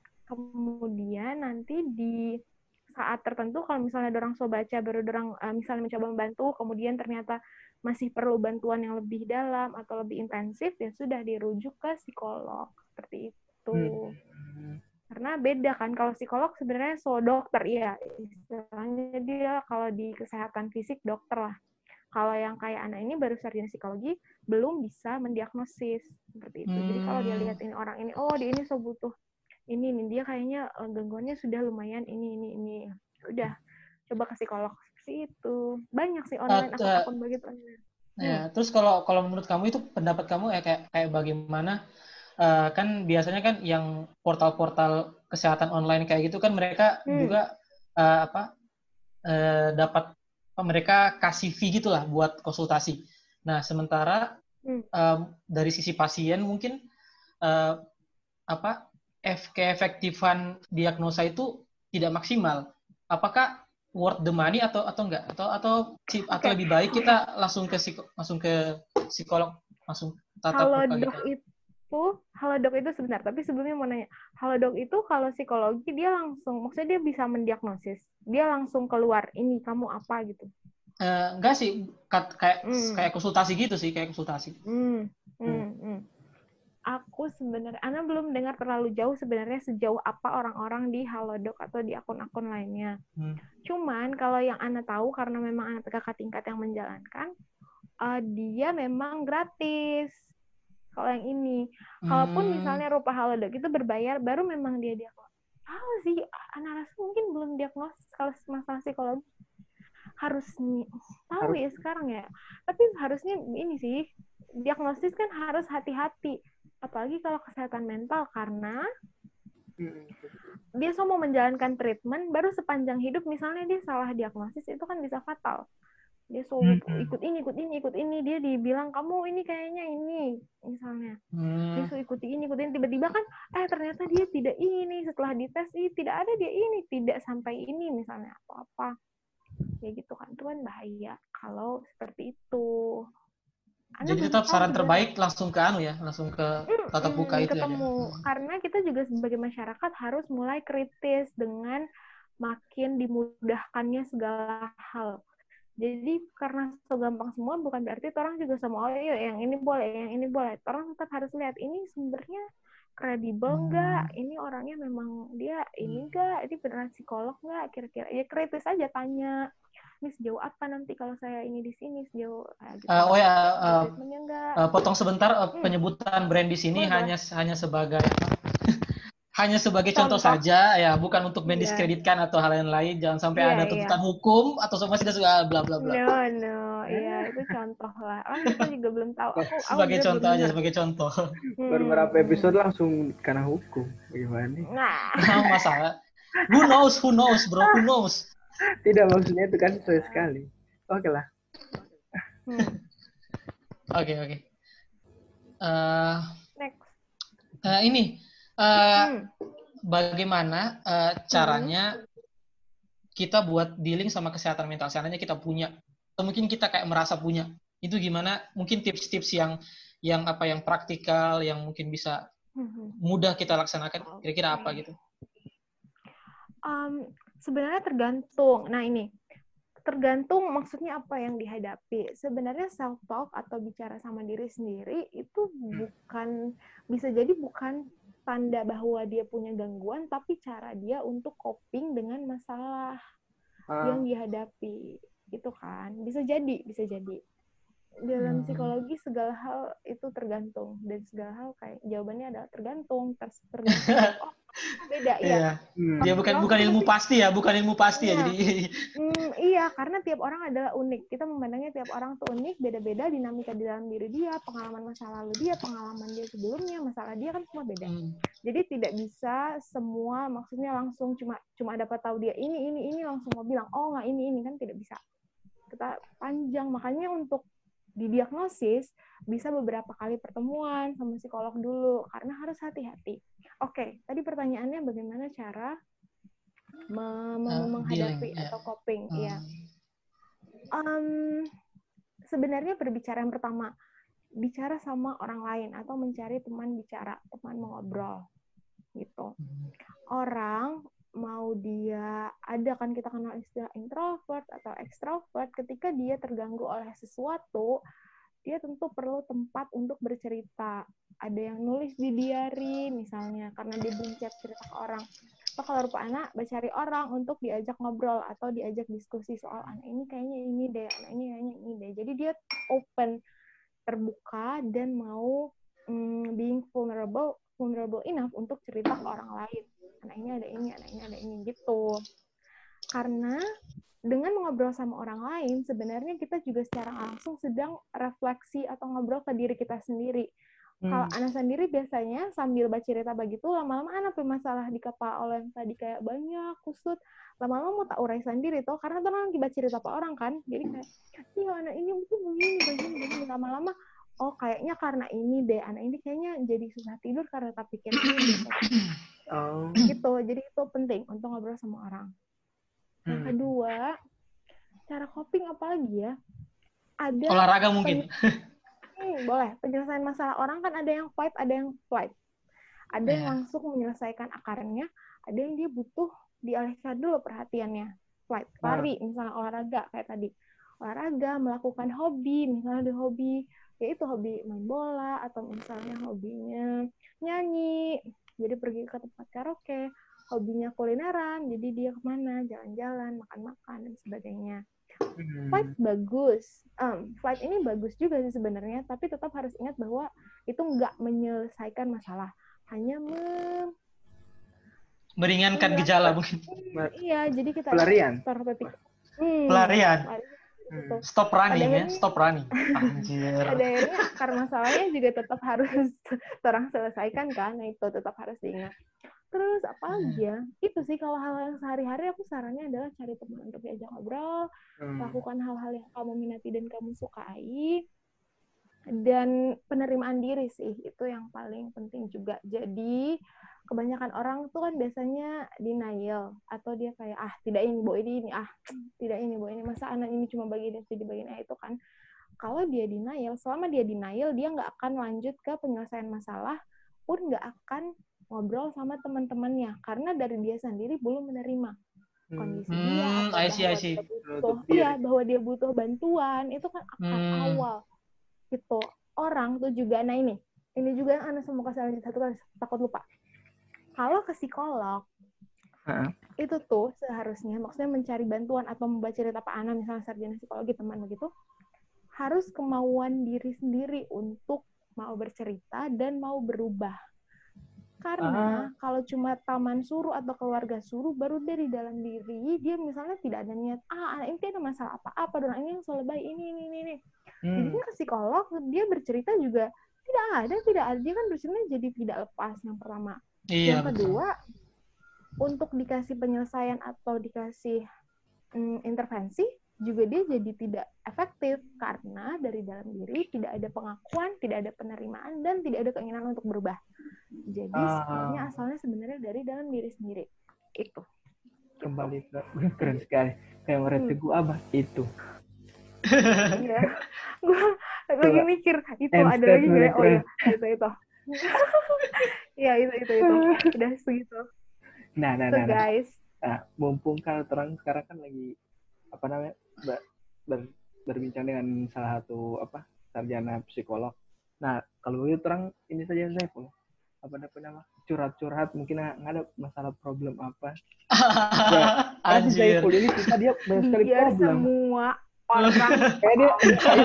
Kemudian nanti di saat tertentu kalau misalnya orang so baca baru orang uh, misalnya mencoba membantu, kemudian ternyata masih perlu bantuan yang lebih dalam atau lebih intensif, ya sudah dirujuk ke psikolog seperti itu. Hmm. Karena beda kan, kalau psikolog sebenarnya so dokter, iya istilahnya dia kalau di kesehatan fisik dokter lah. Kalau yang kayak anak ini baru sarjana psikologi, belum bisa mendiagnosis seperti itu. Hmm. Jadi kalau dia lihat ini orang ini, oh dia ini so butuh ini nih, dia kayaknya gangguannya sudah lumayan ini ini ini, udah coba ke psikolog seperti itu. Banyak sih online uh, akun-akun begitu. Ya, hmm. Terus kalau kalau menurut kamu itu pendapat kamu ya kayak kayak bagaimana? Uh, kan biasanya kan yang portal-portal kesehatan online kayak gitu kan mereka hmm. juga uh, apa uh, dapat apa, mereka kasih fee gitulah buat konsultasi. Nah sementara hmm. uh, dari sisi pasien mungkin uh, apa keefektifan diagnosa itu tidak maksimal. Apakah worth the money atau atau enggak? Atau atau okay. atau lebih baik kita langsung ke psiko, langsung ke psikolog langsung tatap muka gitu. Itu Halodoc itu sebentar, tapi sebelumnya mau nanya. Halodoc itu kalau psikologi dia langsung, maksudnya dia bisa mendiagnosis. Dia langsung keluar ini kamu apa gitu. Uh, enggak sih, kayak hmm. kayak konsultasi gitu sih, kayak konsultasi. Hmm. Hmm. Hmm. Aku sebenarnya, Ana belum dengar terlalu jauh sebenarnya sejauh apa orang-orang di Halodoc atau di akun-akun lainnya. Hmm. Cuman kalau yang Ana tahu karena memang anak P K K tingkat yang menjalankan, uh, dia memang gratis. Kalau yang ini, hmm. kalaupun misalnya rupa Halodoc itu berbayar, baru memang dia diagnosis. Tahu sih, Ana rasa mungkin belum diagnosis kalau masalah psikologi. Harus tahu harus. Ya sekarang ya. Tapi harusnya ini sih, diagnosis kan harus hati-hati. Apalagi kalau kesehatan mental, karena dia semua menjalankan treatment, baru sepanjang hidup misalnya dia salah diagnosis, itu kan bisa fatal. Dia so ikut ini, ikut ini, ikut ini, dia dibilang kamu ini kayaknya ini, misalnya. Dia so ikuti ini, ikut ini, tiba-tiba kan, eh ternyata dia tidak ini, setelah dites, ih, tidak ada dia ini, tidak sampai ini, misalnya, apa-apa. Ya gitu kan, itu kan bahaya kalau seperti itu. Anda jadi tetap saran terbaik sebenarnya. Langsung ke anu ya, langsung ke tatap muka mm, itu ketemu. aja. Karena kita juga sebagai masyarakat harus mulai kritis dengan makin dimudahkannya segala hal. Jadi karena so gampang semua bukan berarti orang juga sama, oh iya yang ini boleh, yang ini boleh. Orang tetap harus lihat ini sumbernya kredibel nggak, hmm. ini orangnya memang dia ini nggak, ini beneran psikolog nggak, kira-kira. Ya kritis aja tanya. Ini sejauh apa nanti kalau saya ini di sini sejauh uh, gitu. Uh, oh ya, uh, uh, potong sebentar uh, hmm. penyebutan brand di sini boleh, hanya boleh. hanya sebagai hanya sebagai contoh, contoh saja ya, bukan untuk mendiskreditkan yeah. atau hal yang lain. Jangan sampai yeah, ada tuntutan yeah. hukum atau semua sudah suka bla bla bla. No no, iya itu contoh lah. Orang kita juga belum tahu. Aku, sebagai aku contoh aja, sebagai contoh. Hmm. Beberapa episode langsung kena hukum, bagaimana nih? Nah, nah masalah. Who knows, who knows, bro, who knows. Tidak, maksudnya itu kan sesuai sekali. Oke lah. Oke, oke. Uh, Next. Uh, ini, uh, hmm. bagaimana uh, caranya hmm. kita buat dealing sama kesehatan mental? Seandainya kita punya, atau mungkin kita kayak merasa punya. Itu gimana? Mungkin tips-tips yang yang apa yang praktikal, yang mungkin bisa mudah kita laksanakan. Kira-kira apa gitu? Um, sebenarnya tergantung. Nah ini, tergantung maksudnya apa yang dihadapi. Sebenarnya self talk atau bicara sama diri sendiri itu bukan, bisa jadi bukan tanda bahwa dia punya gangguan, tapi cara dia untuk coping dengan masalah ah. yang dihadapi. Itu kan bisa jadi, bisa jadi. Dalam psikologi segala hal itu tergantung, dan segala hal kayak jawabannya adalah tergantung, tergantung. Oh, Beda, iya. Hmm. Ya bukan bukan ilmu pasti ya, bukan ilmu pasti iya. ya. Jadi hmm, iya, karena tiap orang adalah unik. Kita memandangnya tiap orang tuh unik, beda-beda dinamika di dalam diri dia, pengalaman masa lalu dia, pengalaman dia sebelumnya, masalah dia kan semua beda. Hmm. Jadi tidak bisa semua maksudnya langsung cuma cuma dapat tahu dia ini ini ini langsung mau bilang, "Oh, enggak ini ini," kan tidak bisa. Kita panjang, makanya untuk didiagnosis bisa beberapa kali pertemuan sama psikolog dulu karena harus hati-hati. Oke, tadi pertanyaannya bagaimana cara me- me- menghadapi uh, atau coping? Uh. Ya, um, sebenarnya berbicara yang pertama, bicara sama orang lain atau mencari teman bicara, teman mengobrol, gitu. Orang mau dia ada kan kita kenal istilah introvert atau extrovert, ketika dia terganggu oleh sesuatu, dia tentu perlu tempat untuk bercerita. Ada yang nulis di diary misalnya karena dia belum siap cerita ke orang. Atau kalau rupa anak, cari orang untuk diajak ngobrol atau diajak diskusi soal anak ini kayaknya ini deh, anak ini kayaknya ini deh. Jadi dia open, terbuka dan mau mm, being vulnerable, vulnerable enough untuk cerita ke orang lain. Anak ini ada ini, anak ini ada ini gitu. Karena dengan ngobrol sama orang lain, sebenarnya kita juga secara langsung sedang refleksi atau ngobrol ke diri kita sendiri. Hmm. Kalau anak sendiri biasanya sambil baca cerita begitu, lama-lama anak punya masalah di kepala yang tadi kayak banyak, kusut, lama-lama mau tak urai sendiri tuh, karena tuh lagi baca cerita apa orang kan, jadi kayak, iya anak ini mungkin begini, begini, begini, lama-lama, oh kayaknya karena ini deh, anak ini kayaknya jadi susah tidur karena tak pikir ini. Oh. Gitu, jadi itu penting untuk ngobrol sama orang. Yang kedua, cara coping apa lagi ya? Ada olahraga mungkin. Hmm, boleh. Penyelesaian masalah orang kan ada yang fight, ada yang flight. Ada yeah. yang langsung menyelesaikan akarnya, ada yang dia butuh dialihkan dulu perhatiannya. Flight, lari, misalnya olahraga kayak tadi. Olahraga, melakukan hobi, misalnya ada hobi, yaitu hobi main bola, atau misalnya hobinya nyanyi, jadi pergi ke tempat karaoke, hobinya kulineran, jadi dia kemana, jalan-jalan, makan-makan, dan sebagainya. Flight bagus, um, flight ini bagus juga sih sebenarnya, tapi tetap harus ingat bahwa itu nggak menyelesaikan masalah, hanya me... meringankan gejala mungkin. Iya, jadi kita pelarian. Hmm, pelarian. Gitu. Stop running akhirnya, ya, stop running. Anjir. Pada akhirnya akar masalahnya juga tetap harus orang selesaikan kan, nah itu tetap harus diingat. Terus apa lagi ya? Itu sih kalau hal yang sehari-hari aku sarannya adalah cari teman untuk diajak ngobrol, hmm. lakukan hal-hal yang kamu minati dan kamu sukai, dan penerimaan diri sih, itu yang paling penting juga. Jadi kebanyakan orang tuh kan biasanya denial, atau dia kayak, ah tidak ini, bo ini, ini, ah tidak ini, bo ini, masa anak ini cuma bagian dari bagian itu kan. Kalau dia denial, selama dia denial, dia nggak akan lanjut ke penyelesaian masalah, pun nggak akan ngobrol sama teman-temannya karena dari dia sendiri belum menerima kondisi hmm, dia atau I see, bahwa I see. dia butuh iya bahwa dia butuh bantuan, itu kan akan hmm. awal gitu. Orang tuh juga, nah ini ini juga yang anak semua kasih satu kali takut lupa, kalau ke psikolog uh-huh. itu tuh seharusnya maksudnya mencari bantuan atau membaca cerita Pak Ana misalnya sarjana psikologi teman begitu, harus kemauan diri sendiri untuk mau bercerita dan mau berubah. Karena ah. kalau cuma taman suruh atau keluarga suruh, baru dari dalam diri dia misalnya tidak ada niat, ah anak ini ada masalah apa-apa, dan anak ini yang selalu baik ini ini ini. Hmm. Jadi ke psikolog dia bercerita juga tidak ada, tidak ada, dia kan bercerita jadi tidak lepas yang pertama. Iya, yang kedua, betul. Untuk dikasih penyelesaian atau dikasih mm, intervensi juga dia jadi tidak efektif karena dari dalam diri tidak ada pengakuan, tidak ada penerimaan, dan tidak ada keinginan untuk berubah. Jadi sebenarnya uh, asalnya sebenarnya dari dalam diri sendiri. Itu. Kembali ke keren sekali. Kayak mereka hmm. gue abah itu. Iya. Gue lagi mikir itu ada lagi nggak? Oh iya, itu itu. Iya itu itu itu. Udah segitu. Nah, nah, so, nah, guys. Nah, mumpung kalau terang sekarang kan lagi apa namanya ber, ber, berbincang dengan salah satu apa sarjana psikolog. Nah kalau begitu terang ini saja saya pun apa namanya curhat-curhat mungkin nggak ada masalah problem apa. Ya, kan saya pun ini kita dia banyak sekali biar problem. Semua orang kayak dia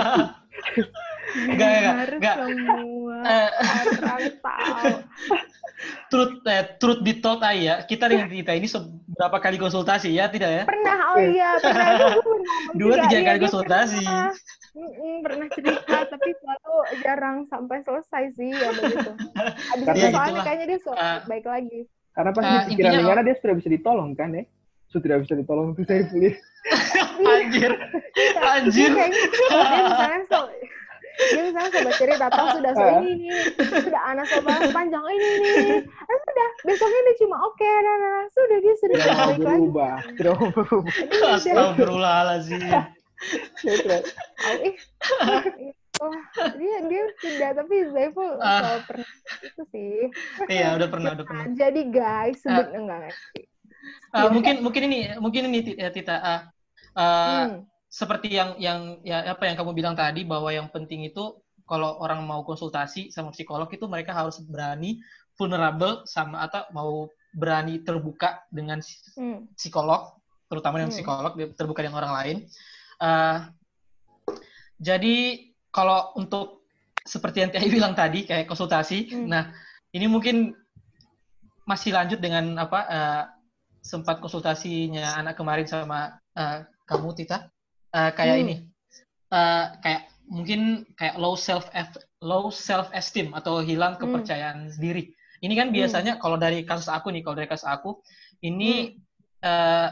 Gak, gak, gak. Semua orang tahu. truth eh, truth be told ya, kita dengan Tita ini seberapa kali konsultasi ya, tidak ya? Pernah, oh iya, pernah itu gue pernah ngomong Dua juga. tiga Iya, kali dia konsultasi. Pernah, Mm-mm, pernah cerita, tapi selalu jarang sampai selesai sih, ya begitu. Habis Karena itu soalnya gitulah. kayaknya dia suka Uh, baik lagi. Karena pasti Uh, di pikiran intinya, Lingana dia sudah bisa ditolong kan ya? Sudah tidak bisa ditolong itu saya pilih. anjir, Iya, anjir. dia kayaknya kalau dia misalnya so, dia misalnya sobat cerita, toh sudah so ini ini, sudah anak so balas panjang ini ini, eh sudah besoknya dia cuma oke, okay, nah, nah, nah, sudah dia sudah Tidak mau baik lagi. berubah, tidak mau berubah. Astagfirullahaladzim. Oh ih, wah dia dia sudah, tapi Zaiful Ah. selalu pernah itu sih. Iya, udah pernah, udah pernah. Jadi guys, sebut Ah. enggak enggak. Uh, mungkin mungkin ini mungkin ini Tita uh, uh, Hmm. seperti yang yang ya apa yang kamu bilang tadi, bahwa yang penting itu kalau orang mau konsultasi sama psikolog itu mereka harus berani vulnerable sama atau mau berani terbuka dengan Hmm. psikolog, terutama dengan Hmm. psikolog, terbuka dengan orang lain. Uh, jadi kalau untuk seperti yang Tia bilang tadi kayak konsultasi, Hmm. nah ini mungkin masih lanjut dengan apa uh, sempat konsultasinya anak kemarin sama uh, kamu Tita, uh, kayak Hmm. ini, uh, kayak mungkin kayak low self low self esteem atau hilang kepercayaan hmm. diri. Ini kan biasanya hmm. kalau dari kasus aku nih, kalau dari kasus aku ini hmm. uh,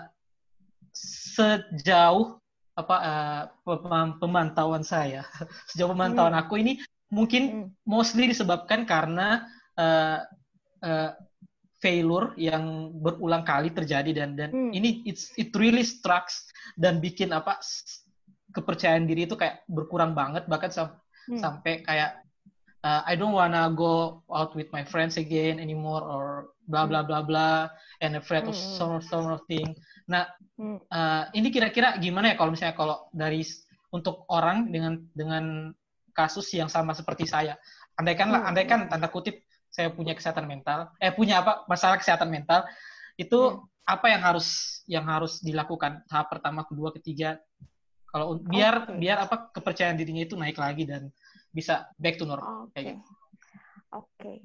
sejauh apa uh, pemantauan saya, sejauh pemantauan hmm. aku ini mungkin hmm. mostly disebabkan karena uh, uh, failure yang berulang kali terjadi, dan dan hmm. ini it's, it really strikes dan bikin apa kepercayaan diri itu kayak berkurang banget, bahkan sam- hmm. sampai kayak uh, I don't wanna go out with my friends again anymore or bla bla bla bla and afraid of some some of thing. Nah uh, ini kira-kira gimana ya kalau misalnya kalau dari untuk orang dengan dengan kasus yang sama seperti saya, andaikan lah, andaikan tanda kutip saya punya kesehatan mental, eh punya apa masalah kesehatan mental, itu hmm. apa yang harus yang harus dilakukan tahap pertama, kedua, ketiga, kalau biar okay. biar apa kepercayaan dirinya itu naik lagi dan bisa back to normal. Oke. Okay. Gitu. Oke. Okay.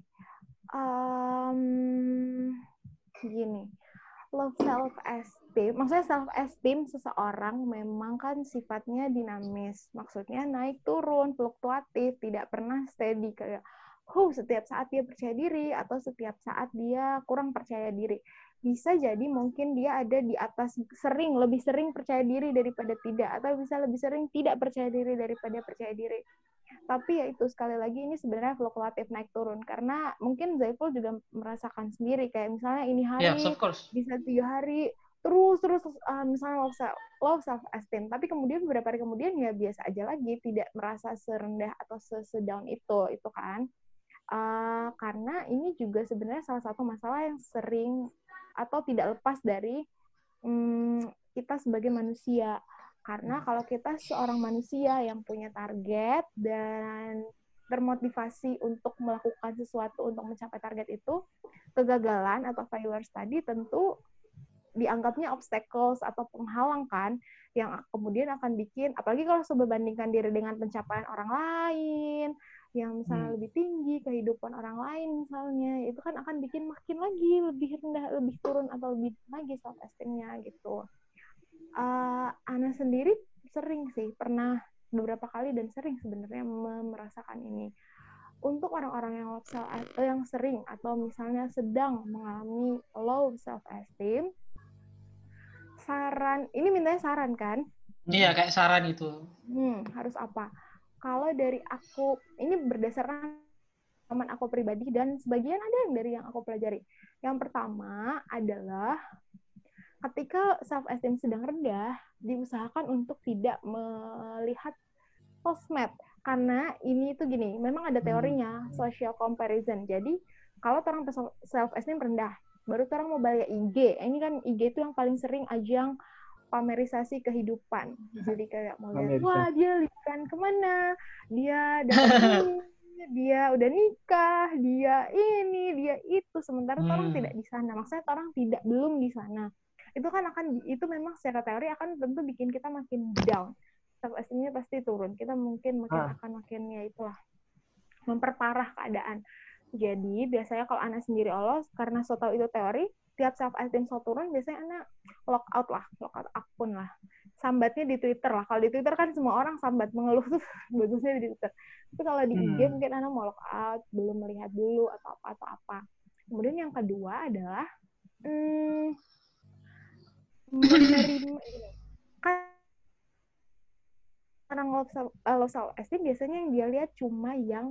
Um, gini, low self esteem, maksudnya self esteem seseorang memang kan sifatnya dinamis, maksudnya naik turun, fluktuatif, tidak pernah steady kayak oh, setiap saat dia percaya diri atau setiap saat dia kurang percaya diri. Bisa jadi mungkin dia ada di atas, sering, lebih sering percaya diri daripada tidak, atau bisa lebih sering tidak percaya diri daripada percaya diri. Tapi ya itu, sekali lagi ini sebenarnya fluktuatif, naik turun. Karena mungkin Zaiful juga merasakan sendiri, kayak misalnya ini hari, yes, of course. bisa tiga hari, terus, terus, uh, misalnya low self, low self-esteem. Tapi kemudian beberapa hari kemudian ya biasa aja lagi, tidak merasa serendah atau sedown itu, itu kan. Uh, karena ini juga sebenarnya salah satu masalah yang sering atau tidak lepas dari um, kita sebagai manusia. Karena kalau kita seorang manusia yang punya target dan termotivasi untuk melakukan sesuatu untuk mencapai target itu, kegagalan atau failures tadi tentu dianggapnya obstacles atau penghalang kan, yang kemudian akan bikin, apalagi kalau membandingkan diri dengan pencapaian orang lain, yang misalnya hmm. lebih tinggi, kehidupan orang lain misalnya, itu kan akan bikin makin lagi lebih rendah, lebih turun atau lebih lagi self esteem-nya gitu. Uh, Ana sendiri sering sih, pernah beberapa kali dan sering sebenarnya merasakan ini. Untuk orang-orang yang low self atau yang sering atau misalnya sedang mengalami low self esteem, saran, ini mintanya saran kan? Iya, kayak saran itu. Hmm, harus apa? Kalau dari aku, ini berdasarkan pengalaman aku pribadi dan sebagian ada yang dari yang aku pelajari. Yang pertama adalah ketika self-esteem sedang rendah, diusahakan untuk tidak melihat sosmed. Karena ini itu gini, memang ada teorinya, social comparison. Jadi, kalau orang self-esteem rendah, baru orang mau balik I G. Ini kan I G itu yang paling sering ajang pamerisasi kehidupan. Jadi kayak mau lihat, wah dia liburan kemana, dia dapat ini, dia udah nikah, dia ini, dia itu. Sementara hmm. orang tidak di sana. Maksudnya orang tidak belum di sana. Itu kan akan, itu memang secara teori akan tentu bikin kita makin down. Self-esteem-nya pasti turun. Kita mungkin makin ah. akan makin, ya itulah, memperparah keadaan. Jadi biasanya kalau anak sendiri lolos, karena so tahu itu teori, tiap self-esteem so turun, biasanya anak lock out lah, lock out akun lah. Sambatnya di Twitter lah. Kalau di Twitter kan semua orang sambat mengeluh tuh bagusnya di Twitter. Tapi kalau di I G hmm. mungkin anak mau lock out, belum melihat dulu atau apa atau apa. Kemudian yang kedua adalah hmm, menerima kan orang low self-esteem biasanya yang dia lihat cuma yang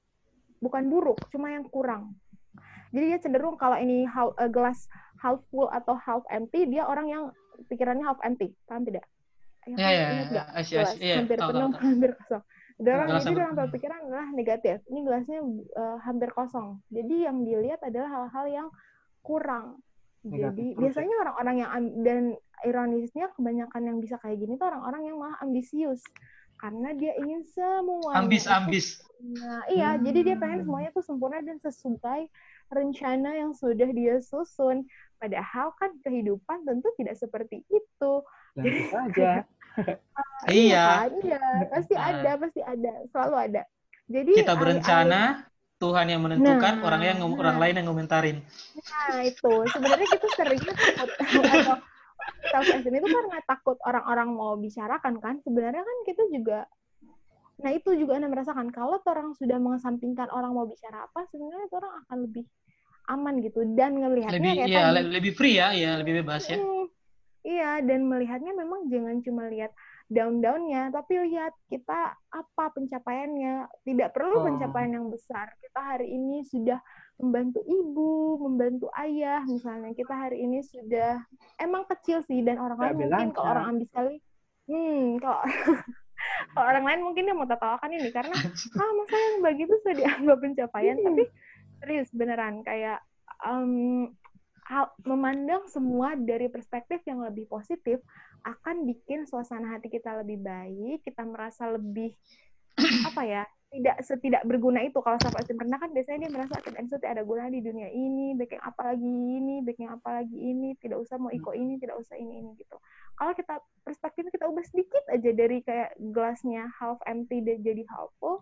bukan buruk, cuma yang kurang. Jadi dia cenderung kalau ini how, uh, gelas half full atau half empty, dia orang yang pikirannya half empty, paham tidak? Ya, ya, ya. Gelas ya, hampir tahu, penuh, tahu, tahu. hampir kosong. Ada orang Gelas jadi hampir- dalam pikiran adalah negatif. Ini gelasnya uh, hampir kosong. Jadi yang dilihat adalah hal-hal yang kurang. Jadi Negatif biasanya orang-orang yang dan ironisnya kebanyakan yang bisa kayak gini tuh orang-orang yang malah ambisius. Karena dia ingin semuanya. Ambis, itu, ambis. Nah, iya, hmm. jadi dia pengen semuanya tuh sempurna dan sesuai rencana yang sudah dia susun. Padahal kan kehidupan tentu tidak seperti itu. Tentu saja. uh, iya, kan? Iya, pasti nah. ada, pasti ada, selalu ada. Jadi kita berencana, Tuhan yang menentukan, nah, orang yang nah. orang lain yang ngomentarin. Nah, itu sebenarnya kita seringnya takut atau self-esteem itu karena takut orang-orang mau bicarakan kan. Sebenarnya kan kita juga, nah itu juga Anda merasakan kalau orang sudah mengesampingkan orang mau bicara apa, sebenarnya orang akan lebih aman gitu dan ngelihatnya Lebih kayak ya, tadi. lebih free ya, ya lebih bebas ya. Hmm, iya, dan melihatnya memang jangan cuma lihat down-downnya, tapi lihat kita apa pencapaiannya. Tidak perlu Oh. pencapaian yang besar. Kita hari ini sudah membantu ibu, membantu ayah, misalnya kita hari ini sudah emang kecil sih, dan orang lain mungkin kalau orang ambis sekali, hmm, kalau kalau orang lain mungkin dia mau tertawakan ini karena ah masa yang begitu sudah dianggap pencapaian, hmm. tapi serius beneran kayak um, hal, memandang semua dari perspektif yang lebih positif akan bikin suasana hati kita lebih baik, kita merasa lebih apa ya, tidak setidak berguna itu. Kalau self-esteem rendah kan biasanya dia merasa itu tidak ada guna di dunia ini, baik yang apa lagi ini, baik yang apa lagi ini, tidak usah mau iko ini, tidak usah ini ini gitu. Kalau kita perspektifnya kita ubah sedikit aja dari kayak gelasnya half empty dan jadi half full,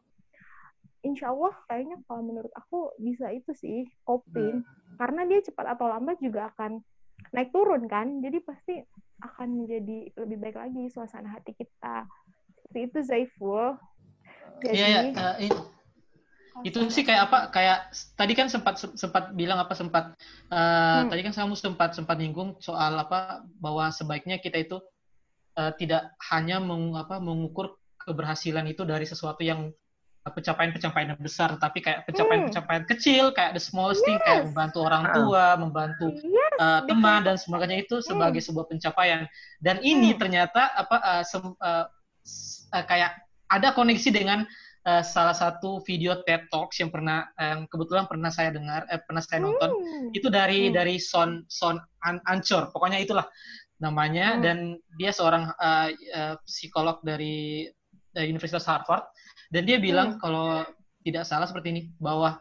insya Allah kayaknya kalau menurut aku bisa itu sih coping, karena dia cepat atau lambat juga akan naik turun kan, jadi pasti akan menjadi lebih baik lagi suasana hati kita. Seperti itu Zaiful. Jadi, Iya, ya, uh, it, itu sih kayak apa? Kayak tadi kan sempat sempat bilang apa sempat uh, hmm. tadi kan kamu sempat sempat nyinggung soal apa bahwa sebaiknya kita itu uh, tidak hanya meng, apa, mengukur keberhasilan itu dari sesuatu yang pencapaian-pencapaian besar, tapi kayak pencapaian-pencapaian hmm. kecil, kayak the smallest yes. thing, kayak membantu orang tua, membantu yes, uh, teman dan sebagainya itu sebagai hmm. sebuah pencapaian. Dan ini hmm. ternyata apa uh, sem, uh, uh, kayak ada koneksi dengan uh, salah satu video TED Talks yang pernah yang uh, kebetulan pernah saya dengar, eh, pernah saya nonton. Hmm. Itu dari hmm. dari Son Son Anchor, pokoknya itulah namanya. Hmm. Dan dia seorang uh, uh, psikolog dari, dari Universitas Harvard. Dan dia bilang hmm. kalau tidak salah seperti ini, bahwa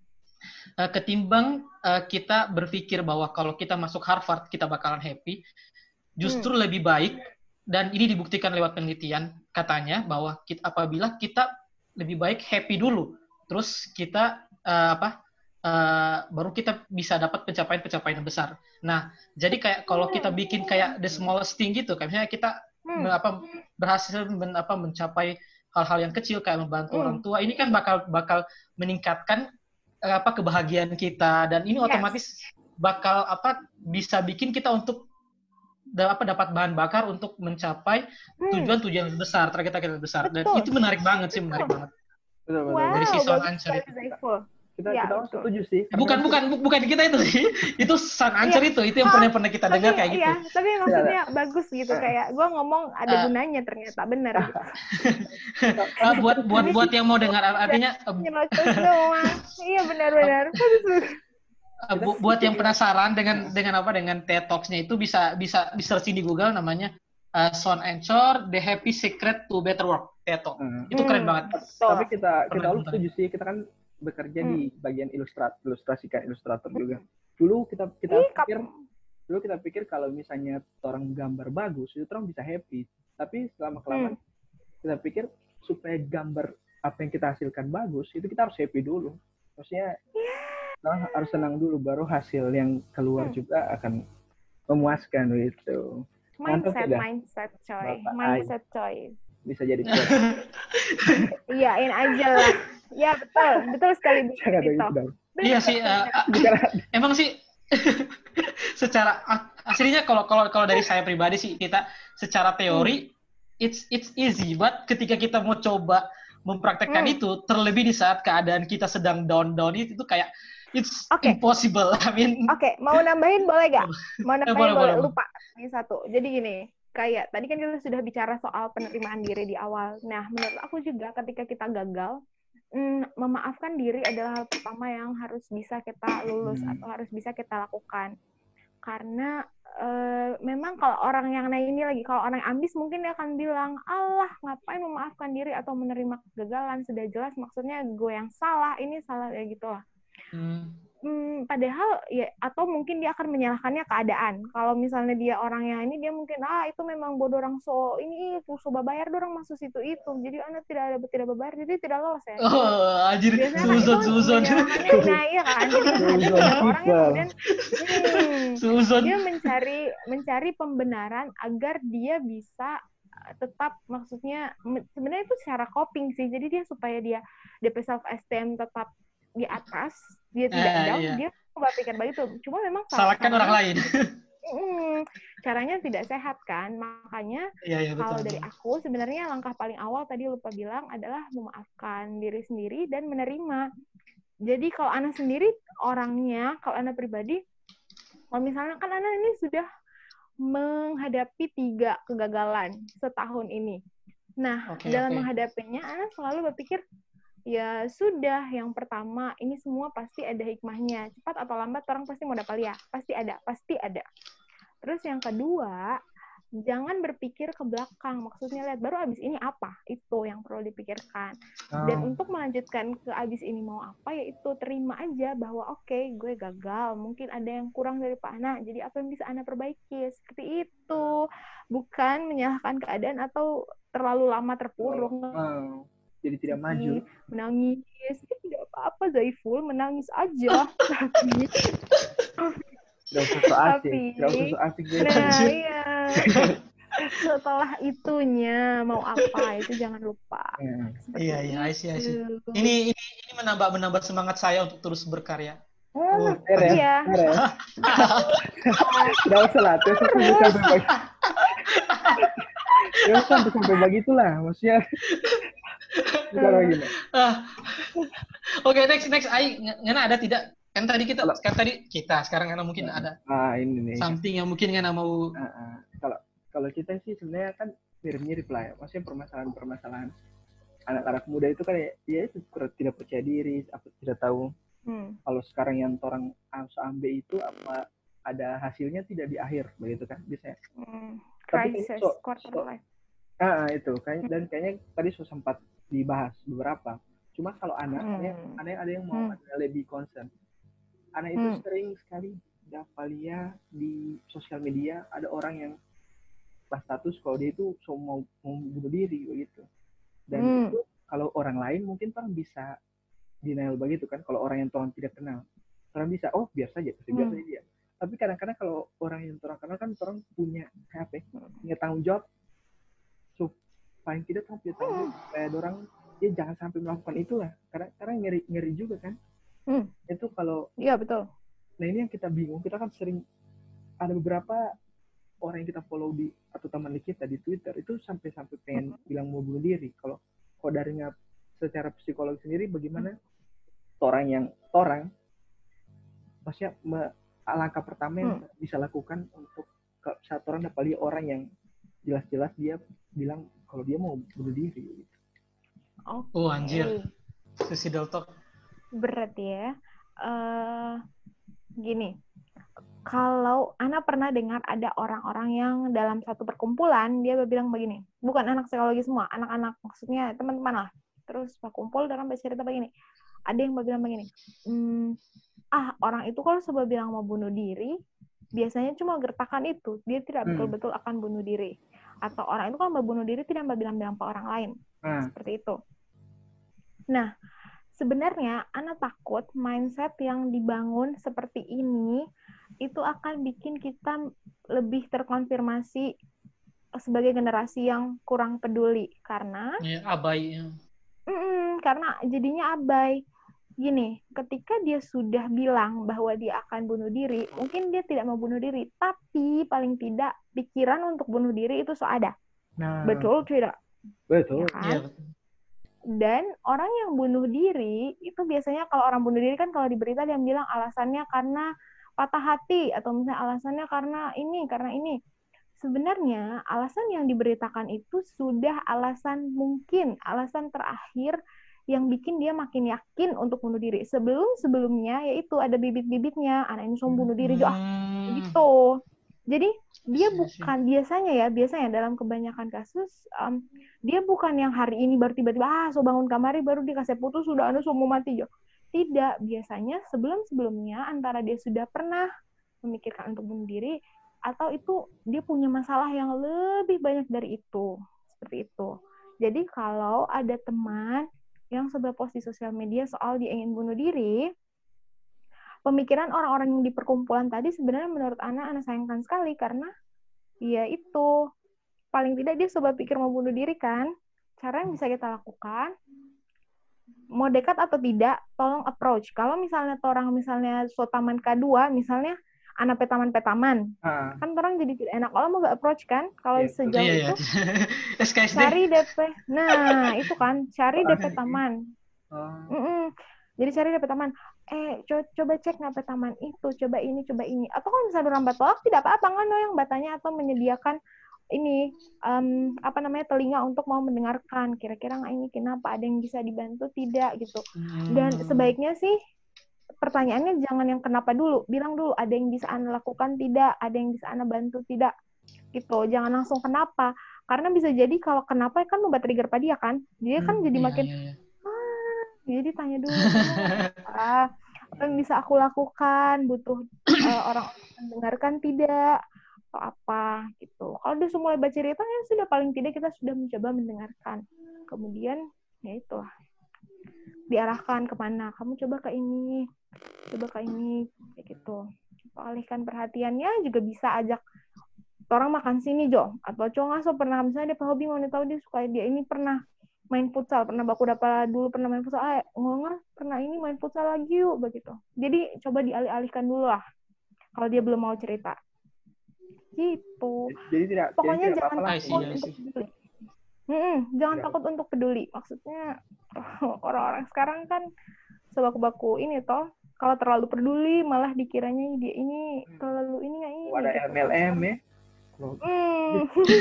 uh, ketimbang uh, kita berpikir bahwa kalau kita masuk Harvard kita bakalan happy, justru hmm. lebih baik. Dan ini dibuktikan lewat penelitian, katanya bahwa kita, apabila kita lebih baik happy dulu, terus kita uh, apa uh, baru kita bisa dapat pencapaian-pencapaian besar. Nah, jadi kayak kalau kita bikin kayak the smallest thing gitu, kayak misalnya kita hmm. apa berhasil men, apa mencapai hal-hal yang kecil kayak membantu hmm. orang tua, ini kan bakal bakal meningkatkan uh, apa kebahagiaan kita, dan ini yes. otomatis bakal apa bisa bikin kita untuk apa dapat bahan bakar untuk mencapai tujuan-tujuan besar, target-target besar. Dan itu menarik banget sih, menarik banget. Betul, betul. Wow, dari si Son Anchor itu. Kita ya, kita setuju sih. Bukan bukan bukan kita itu sih. Itu Son Anchor ya. itu, itu yang pernah pernah kita tapi, dengar kayak gitu. Iya, tapi maksudnya bagus gitu, kayak gue ngomong ada uh, gunanya ternyata, benar gitu. uh, buat buat buat yang mau dengar artinya uh, iya benar-benar. Uh, bu buat yang penasaran dengan dengan apa dengan TED Talks-nya itu bisa bisa di searching di Google, namanya uh, Son Anchor The Happy Secret to Better Work TED Talk. Hmm. Itu keren hmm. banget. Tapi kita kita harus setuju sih, kita kan bekerja hmm. di bagian ilustrat ilustrasikan ilustrator juga. Dulu kita kita Ih, pikir dulu kita pikir kalau misalnya orang gambar bagus itu orang bisa happy. Tapi selama kelamaan hmm. kita pikir supaya gambar apa yang kita hasilkan bagus itu kita harus happy dulu. Maksudnya nah, harus tenang dulu, baru hasil yang keluar Hmm. juga akan memuaskan gitu. Mantap Mindset, tidak? mindset coy. Bapak Mindset coy. Bisa jadi kuat. Iyain aja lah. Ya betul, betul sekali Bu Jangan Tito. begitu dong. Iya sih, uh, emang sih secara aslinya kalau kalau kalau dari saya pribadi sih, kita secara teori hmm. it's it's easy, but ketika kita mau coba mempraktekkan hmm. itu, terlebih di saat keadaan kita sedang down-down itu, itu kayak it's okay. impossible. I mean, oke, okay. Mau nambahin boleh gak? Mau nambahin boleh, boleh, boleh. Lupa ini satu. Jadi gini, kayak tadi kan kita sudah bicara soal penerimaan diri di awal. Nah, menurut aku juga ketika kita gagal, mm, memaafkan diri adalah hal pertama yang harus bisa kita lulus hmm. atau harus bisa kita lakukan. Karena e, memang kalau orang yang nah ini lagi, kalau orang yang ambis mungkin dia akan bilang, Allah ngapain memaafkan diri atau menerima kegagalan, sudah jelas maksudnya gue yang salah, ini salah ya gitu lah. Hmm. Hmm, padahal ya, atau mungkin dia akan menyalahkannya keadaan. Kalau misalnya dia orangnya ini, dia mungkin ah itu memang bodoh orang so ini so bayar dorang masuk situ itu, jadi anak tidak ada tidak berbayar jadi tidak lolos ya. Oh anjir, suzon suzon. Nah iya kan, jadi kan ada banyak orang yang kemudian hmm, dia mencari mencari pembenaran agar dia bisa tetap, maksudnya sebenarnya itu secara coping sih, jadi dia supaya dia D P self esteem tetap di atas, dia tidak uh, down, iya. Dia berpikir begitu. Cuma memang salahkan orang lain. mm, caranya tidak sehat kan, makanya iya, iya, kalau betul. Dari aku sebenarnya langkah paling awal tadi lupa bilang adalah memaafkan diri sendiri dan menerima. Jadi kalau Ana sendiri orangnya, kalau Ana pribadi, kalau misalnya kan Ana ini sudah menghadapi tiga kegagalan setahun ini. Nah, okay, dalam okay. menghadapinya Ana selalu berpikir, ya sudah, yang pertama ini semua pasti ada hikmahnya. Cepat atau lambat orang pasti mau dapat ya, pasti ada, pasti ada. Terus yang kedua, jangan berpikir ke belakang. Maksudnya lihat baru abis ini apa, itu yang perlu dipikirkan. Dan oh. untuk melanjutkan ke abis ini mau apa, yaitu terima aja bahwa oke, okay, gue gagal, mungkin ada yang kurang dari Pak Ana, jadi apa yang bisa Ana perbaiki, seperti itu. Bukan menyalahkan keadaan atau terlalu lama terpuruk. Oh. Jadi tidak maju. Menangis, tidak apa-apa Zaiful, menangis aja. Tapi, tidak usah so asik, tidak usah so asik. Nah, iya. Setelah itunya mau apa itu jangan lupa. Iya, iya, I see, I see. Ini ini ini menambah menambah semangat saya untuk terus berkarya. Oh, iya. Tidak usah lah, terus sampai sampai ya sampai sampai begitulah, maksudnya. Uh, Oke, okay, next next Ai, ngana ada tidak? Kan tadi kita kan tadi kita sekarang ngana mungkin ada. Ah, ini nih. Something yang mungkin ngana mau uh, uh, kalau kalau kita sih sebenarnya kan mirip-mirip lah ya. Maksudnya permasalahan-permasalahan anak-anak muda itu kan ya, ya itu tidak percaya diri, apa tidak tahu. Hmm. Kalau sekarang yang orang ambil itu apa ada hasilnya tidak di akhir begitu kan biasanya. Hmm. Crisis, so, quarter so, life. Ah, itu kayak dan kayaknya tadi so sempat dibahas beberapa. Cuma kalau anak, hmm. ada yang ada yang mau hmm. ada lebih concern. Anak itu hmm. sering sekali dapat lihat di sosial media ada orang yang pas status kalau dia itu so mau, mau bunuh diri begitu. Dan hmm. itu kalau orang lain mungkin orang bisa denial begitu kan. Kalau orang yang orang tidak kenal, orang bisa oh biar saja, pasti hmm. biar saja dia. Tapi kadang-kadang kalau orang yang orang kenal kan orang punya apa? Punya tanggung jawab. So paling tidak sampai tahu kayak orang dia jangan sampai melakukan itulah karena karena ngeri ngeri juga kan hmm. itu kalau iya betul. Nah ini yang kita bingung, kita kan sering ada beberapa orang yang kita follow di atau teman kita di Twitter itu sampai sampai pengen hmm. bilang mau bunuh diri. Kalau kalau dari secara psikologi sendiri bagaimana hmm. orang yang orang maksudnya me, langkah pertama yang hmm. bisa lakukan untuk saat orang dapat lihat orang yang jelas-jelas dia bilang kalau dia mau bunuh diri gitu. Okay. Oh anjir. Suicidal talk. Berat ya. Uh, gini. Kalau Ana pernah dengar ada orang-orang yang dalam satu perkumpulan dia bilang begini. Bukan anak psikologi semua, anak-anak maksudnya teman-teman lah. Terus berkumpul dalam bercerita begini. Ada yang bilang begini. Hmm, ah orang itu kalau sebab bilang mau bunuh diri, biasanya cuma gertakan itu. Dia tidak betul-betul hmm. akan bunuh diri. Atau orang itu kan mau bunuh diri tidak bilang-bilang ke orang lain. Hmm. Seperti itu. Nah, sebenarnya anak takut mindset yang dibangun seperti ini itu akan bikin kita lebih terkonfirmasi sebagai generasi yang kurang peduli karena ya, abai. mm, karena jadinya abai. Gini, ketika dia sudah bilang bahwa dia akan bunuh diri, mungkin dia tidak mau bunuh diri, tapi paling tidak pikiran untuk bunuh diri itu so ada. Nah, betul tidak? Betul. Ya kan? Ya. Dan orang yang bunuh diri itu biasanya kalau orang bunuh diri kan kalau di berita dia bilang alasannya karena patah hati atau misalnya alasannya karena ini, karena ini. Sebenarnya alasan yang diberitakan itu sudah alasan mungkin, alasan terakhir yang bikin dia makin yakin untuk bunuh diri. Sebelum-sebelumnya yaitu ada bibit-bibitnya, anak ini mau bunuh diri, ah, gitu. Jadi dia bukan biasanya ya, biasanya dalam kebanyakan kasus um, dia bukan yang hari ini baru tiba-tiba ah so bangun kamari baru dikasih putus sudah anu so mau mati jo. Tidak, biasanya sebelum-sebelumnya antara dia sudah pernah memikirkan untuk bunuh diri atau itu dia punya masalah yang lebih banyak dari itu. Seperti itu. Jadi kalau ada teman yang sudah post di sosial media soal dia ingin bunuh diri, pemikiran orang-orang yang di perkumpulan tadi sebenarnya menurut Ana, Ana sayangkan sekali karena ya itu, paling tidak dia coba pikir mau bunuh diri kan. Cara yang bisa kita lakukan, mau dekat atau tidak, tolong approach. Kalau misalnya orang misalnya so taman K dua, misalnya anak petaman-petaman, ah. kan orang jadi tidak enak. Kalau mau gak approach kan, kalau yeah, sejauh iya, itu, iya. cari D P. Nah, itu kan, cari D P taman. Oh. Jadi cari D P taman. Eh, co- coba cek D P taman itu, coba ini, coba ini. Atau kalau misalnya orang batolak, tidak apa-apa kan yang batanya atau menyediakan ini um, apa namanya telinga untuk mau mendengarkan kira-kira nggak ini kenapa ada yang bisa dibantu tidak gitu. Dan sebaiknya sih pertanyaannya jangan yang kenapa dulu, bilang dulu ada yang bisa Anda lakukan tidak, ada yang bisa Anda bantu tidak gitu. Jangan langsung kenapa, karena bisa jadi kalau kenapa kan membuat trigger pada dia kan, dia kan hmm, jadi iya, makin iya, iya. Ah, jadi tanya dulu ah, apa yang bisa aku lakukan, butuh uh, orang mendengarkan tidak atau apa gitu. Kalau dia mulai baca cerita ya sudah paling tidak kita sudah mencoba mendengarkan. Kemudian ya itulah diarahkan kemana, kamu coba ke ini, coba ke ini kayak gitu. Alihkan perhatiannya juga bisa ajak orang makan sini Jo, atau cowok ngaso pernah misalnya dia hobi mau tahu dia suka dia ini pernah main futsal, pernah baku dapat dulu pernah main futsal, ah ngomong pernah ini main futsal lagi yuk begitu. Jadi coba dialih-alihkan dulu lah kalau dia belum mau cerita. Gitu. Jadi tidak pokoknya jadi tidak jangan apa-apa takut untuk peduli. Hmm, jangan tidak takut apa. Untuk peduli. Maksudnya orang-orang sekarang kan sebaku-baku ini toh kalau terlalu peduli malah dikiranya dia ini terlalu ini ya ini. Ada M L M ya. Hmm.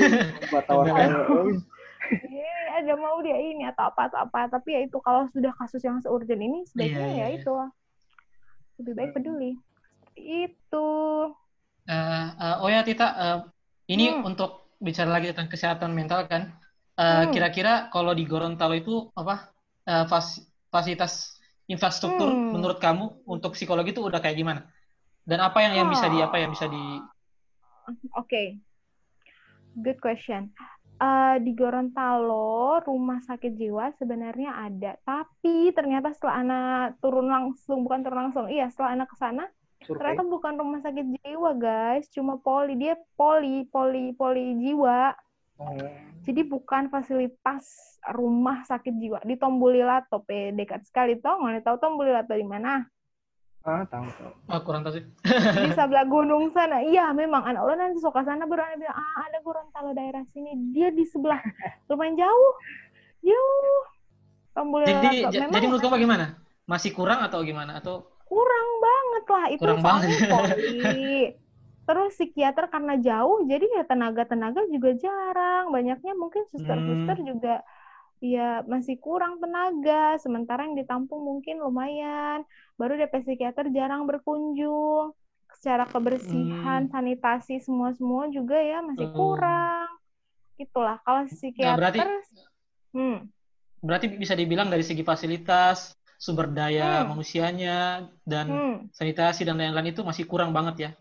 Ini ada mau dia ini atau apa atau apa tapi ya itu kalau sudah kasus yang seurgent ini sebaiknya yeah, ya yeah. itu lebih baik peduli. Itu. Uh, uh, oh ya Tita, uh, ini hmm. untuk bicara lagi tentang kesehatan mental kan, uh, hmm. kira-kira kalau di Gorontalo itu apa uh, fas- fasilitas infrastruktur hmm. menurut kamu untuk psikologi itu udah kayak gimana? Dan apa yang yang bisa di apa yang bisa di? Oke, okay. Good question. Uh, di Gorontalo rumah sakit jiwa sebenarnya ada, tapi ternyata setelah anak turun langsung bukan turun langsung, iya setelah anak kesana. Survei. Ternyata bukan rumah sakit jiwa guys, cuma poli, dia poli, poli, poli jiwa. Oh. Jadi bukan fasilitas rumah sakit jiwa di Tombulilato, pe dekat sekali toh. Nggak tahu Tombulilato di mana? Ah, tahu tahu. Oh, kurang tahu sih. Di sebelah gunung sana. Iya, memang anak lo nanti suka sana baru anak bilang, ah ada Gorontalo daerah sini. Dia di sebelah, lumayan jauh, jauh. Tombulilato. Jadi, j- jadi menurut kamu gimana? Masih kurang atau gimana? Atau kurang banget lah itu kurang soalnya poli. Terus psikiater karena jauh jadi ya tenaga-tenaga juga jarang, banyaknya mungkin suster-suster hmm. juga ya masih kurang tenaga, sementara yang ditampung mungkin lumayan. Baru D P psikiater jarang berkunjung, secara kebersihan, hmm. sanitasi semua-semua juga ya masih kurang. Itulah kalau psikiater nah, berarti, hmm. berarti bisa dibilang dari segi fasilitas, sumber daya hmm. manusianya dan hmm. sanitasi dan lain-lain itu masih kurang banget ya?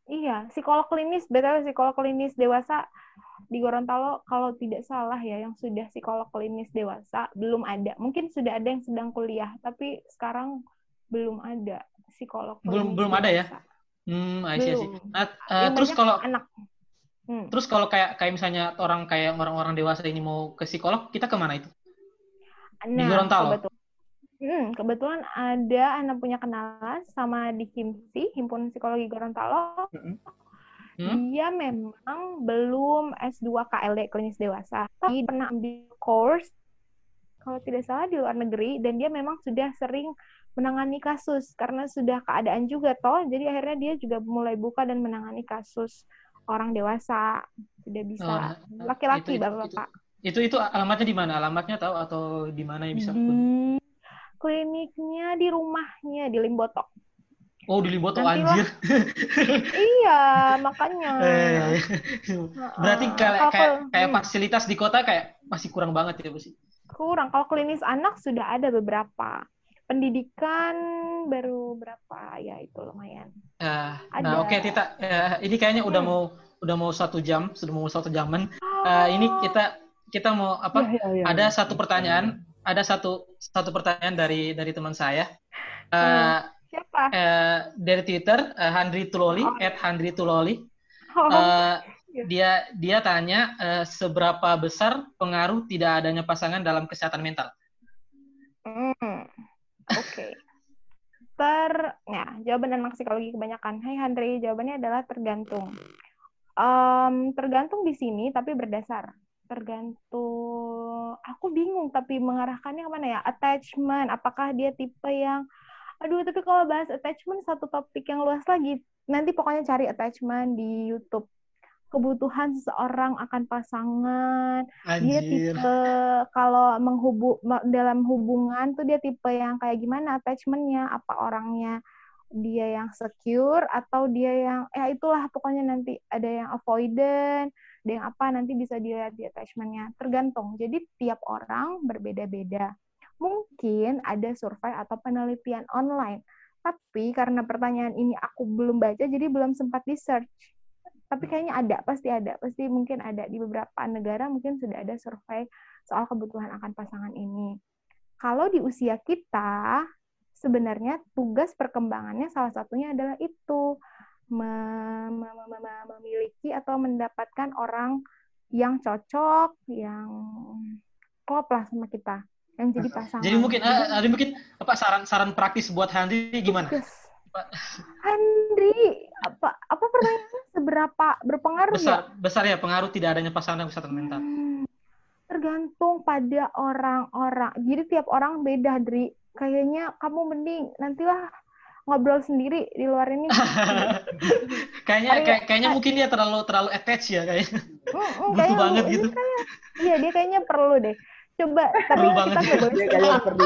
Iya, psikolog klinis, betul psikolog klinis dewasa di Gorontalo kalau tidak salah ya, yang sudah psikolog klinis dewasa belum ada. Mungkin sudah ada yang sedang kuliah, tapi sekarang belum ada psikolog klinis belum belum dewasa. ada ya. Hmm, I see, I see. Belum. Nah, uh, terus banyak kalau anak. Hmm. Terus kalau kayak kayak misalnya orang kayak orang-orang dewasa ini mau ke psikolog, kita kemana itu? Nah, di Gorontalo. Kebetulan, hmm, kebetulan ada anak punya kenalan sama di HIMSI, Himpunan Psikologi Gorontalo. Hmm? Dia memang belum S dua K L D klinis dewasa, tapi pernah ambil course kalau tidak salah di luar negeri, dan dia memang sudah sering menangani kasus karena sudah keadaan juga toh, jadi akhirnya dia juga mulai buka dan menangani kasus orang dewasa, sudah bisa oh, laki-laki bapak-bapak. Itu, itu itu alamatnya di mana? Alamatnya tahu atau di mana yang bisa? Di kliniknya, di rumahnya di Limboto. Oh, di Limboto, anjir. Iya, makanya. Berarti kayak kayak, kayak fasilitas di kota kayak masih kurang banget ya, Bu sih? Kurang. Kalau klinis anak sudah ada beberapa. Pendidikan baru berapa ya, itu lumayan. Uh, nah, oke okay, Tita, uh, ini kayaknya hmm. udah mau udah mau satu jam, sudah mau satu jaman. Uh, ini kita kita mau apa? Ya, ya, ya. Ada satu pertanyaan, ada satu satu pertanyaan dari dari teman saya. Uh, Siapa? Uh, dari Twitter, uh, Handri Tuloli, oh. at Handri Tuloli. Oh. Uh, dia dia tanya uh, seberapa besar pengaruh tidak adanya pasangan dalam kesehatan mental. Hmm. Oke. Okay. Ter, ya, jawaban anak psikologi kebanyakan. Hai Handri, jawabannya adalah tergantung. Um, tergantung di sini, tapi berdasar. Tergantung. Aku bingung, tapi mengarahkannya kemana ya? Attachment. Apakah dia tipe yang Aduh, tapi kalau bahas attachment satu topik yang luas lagi. Nanti pokoknya cari attachment di YouTube. Kebutuhan seseorang akan pasangan. Anjir. Dia tipe kalau menghubu dalam hubungan tuh dia tipe yang kayak gimana attachment-nya? Apa orangnya dia yang secure atau dia yang ya itulah pokoknya nanti ada yang avoidant, ada yang apa nanti bisa dilihat di attachment-nya. Tergantung. Jadi tiap orang berbeda-beda. Mungkin ada survei atau penelitian online. Tapi karena pertanyaan ini aku belum baca, jadi belum sempat di-search. Tapi kayaknya ada, pasti ada. Pasti mungkin ada. Di beberapa negara mungkin sudah ada survei soal kebutuhan akan pasangan ini. Kalau di usia kita, sebenarnya tugas perkembangannya salah satunya adalah itu. Mem- mem- mem- memiliki atau mendapatkan orang yang cocok, yang klop lah sama kita. Yang jadi pasangan. Jadi mungkin ada uh, mungkin apa saran-saran praktis buat Handri gimana? Yes. Handri, apa apa pertanyaannya seberapa berpengaruh besar, ya? Besar ya pengaruh tidak adanya pasangan kesehatan mental. Hmm, tergantung pada orang-orang. Jadi tiap orang beda, Dri. Kayaknya kamu mending nantilah ngobrol sendiri di luar ini. kayaknya kayak, kayaknya mungkin dia terlalu terlalu attach ya kayaknya. Mm, mm, butuh kayak banget gitu. Kayak, iya, dia kayaknya perlu deh. Coba, tapi perlu kita banget nggak boleh kayak perlu.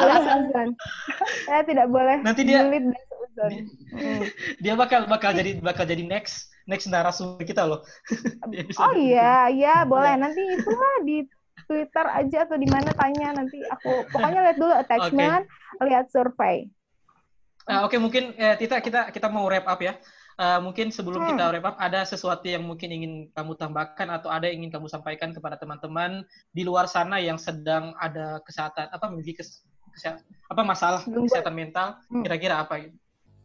Saya tidak boleh. Nanti dia dia, hmm. dia bakal bakal jadi bakal jadi next next narasumber kita loh. Oh iya, iya boleh. Nanti itulah di Twitter aja atau di mana tanya nanti aku. Pokoknya lihat dulu attachment, okay. Lihat survei. Uh, Oke okay, mungkin eh, Tita kita kita mau wrap up ya. Uh, mungkin sebelum hmm. kita wrap up, ada sesuatu yang mungkin ingin kamu tambahkan atau ada yang ingin kamu sampaikan kepada teman-teman di luar sana yang sedang ada kesehatan apa memiliki kes, kesehatan, apa masalah kesehatan mental, kira-kira apa gitu?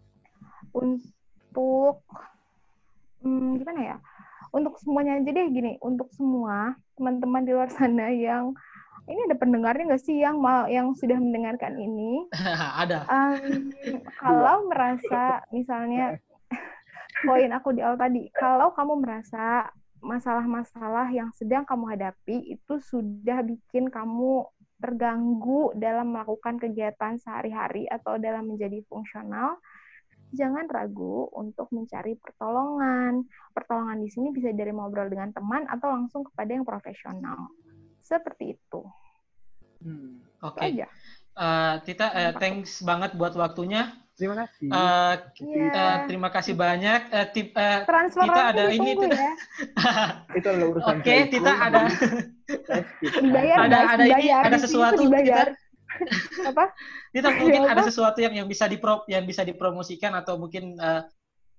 Untuk hmm, gimana ya? Untuk semuanya aja deh gini, untuk semua teman-teman di luar sana yang ini ada pendengarnya nggak sih yang mau yang sudah mendengarkan ini? Ada. Um, kalau merasa misalnya poin aku di awal tadi, kalau kamu merasa masalah-masalah yang sedang kamu hadapi itu sudah bikin kamu terganggu dalam melakukan kegiatan sehari-hari atau dalam menjadi fungsional, jangan ragu untuk mencari pertolongan. Pertolongan di sini bisa dari ngobrol dengan teman atau langsung kepada yang profesional. Seperti itu. Hmm, Oke. Okay. Uh, Tita, uh, thanks banget buat waktunya. Terima kasih. Uh, yeah. uh, terima kasih banyak. Uh, tip, uh, Tita ada ini. Tita. Ya. Itu adalah urusan. Oke, okay, Tita ada. dibayar, ada guys, ada dibayar, ini ada sesuatu. Tita. Apa? Tita mungkin ada sesuatu yang yang bisa dipro yang bisa dipromosikan atau mungkin uh,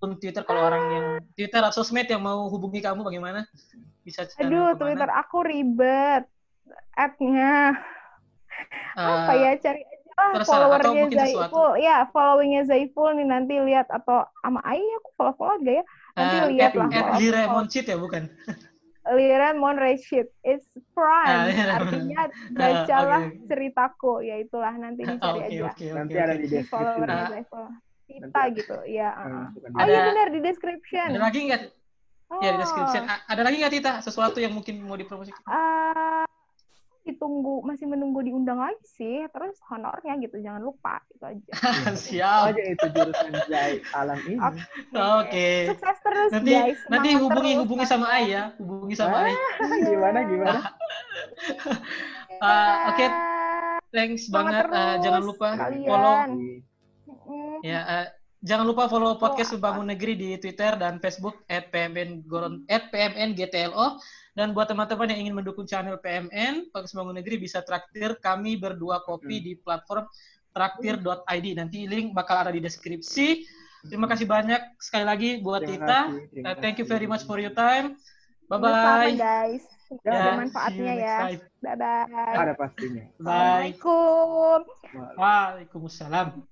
Twitter kalau orang yang Twitter atau sosmed yang mau hubungi kamu bagaimana? Bisa Aduh, kemana? Twitter aku ribet. App-nya. Uh, Apa ya, cari aja followernya Zaiful. Ya, followingnya Zaiful nih, nanti lihat. Atau sama Ai aku follow-follow aja ya. Nanti uh, lihat lah. At Liremon Cheat ya, bukan? Liremon Rashid. It's fun. Uh, Artinya bacalah uh, okay. ceritaku. Ya itulah, nanti dicari okay, aja. Okay, okay, nanti okay. ada di deskripsi. Followernya Zaiful. Kita gitu. Ya. Uh. Ada, oh iya benar, di description. Ada lagi nggak? Oh. Ya, di description. Ada lagi nggak, Tita? Sesuatu yang mungkin mau dipromosikan? Uh, ditunggu, masih menunggu diundang lagi sih. Terus honornya gitu, jangan lupa. Itu aja. Siap. Aja itu jurusan Zai alam ini. Oke. Okay. Okay. Sukses terus, nanti, guys. Semangat nanti hubungi terus, hubungi sama Ai ya. Hubungi sama Ai. Gimana, gimana? uh, Oke. Okay. Thanks banget. Uh, jangan lupa kalian. follow. Ya, uh, jangan lupa follow podcast Membangun Negeri di Twitter dan Facebook at p m n goron at p m n g t l o. Dan buat teman-teman yang ingin mendukung channel P M N, Podcast Membangun Negeri, bisa traktir kami berdua kopi hmm. di platform traktir dot i d. Nanti link bakal ada di deskripsi. Terima kasih banyak sekali lagi buat Tita. Uh, thank you very much for your time. Bye-bye. Sama guys. Ya, ada manfaatnya ya. Bye-bye. Ada pastinya. Bye. Assalamualaikum. Waalaikumsalam.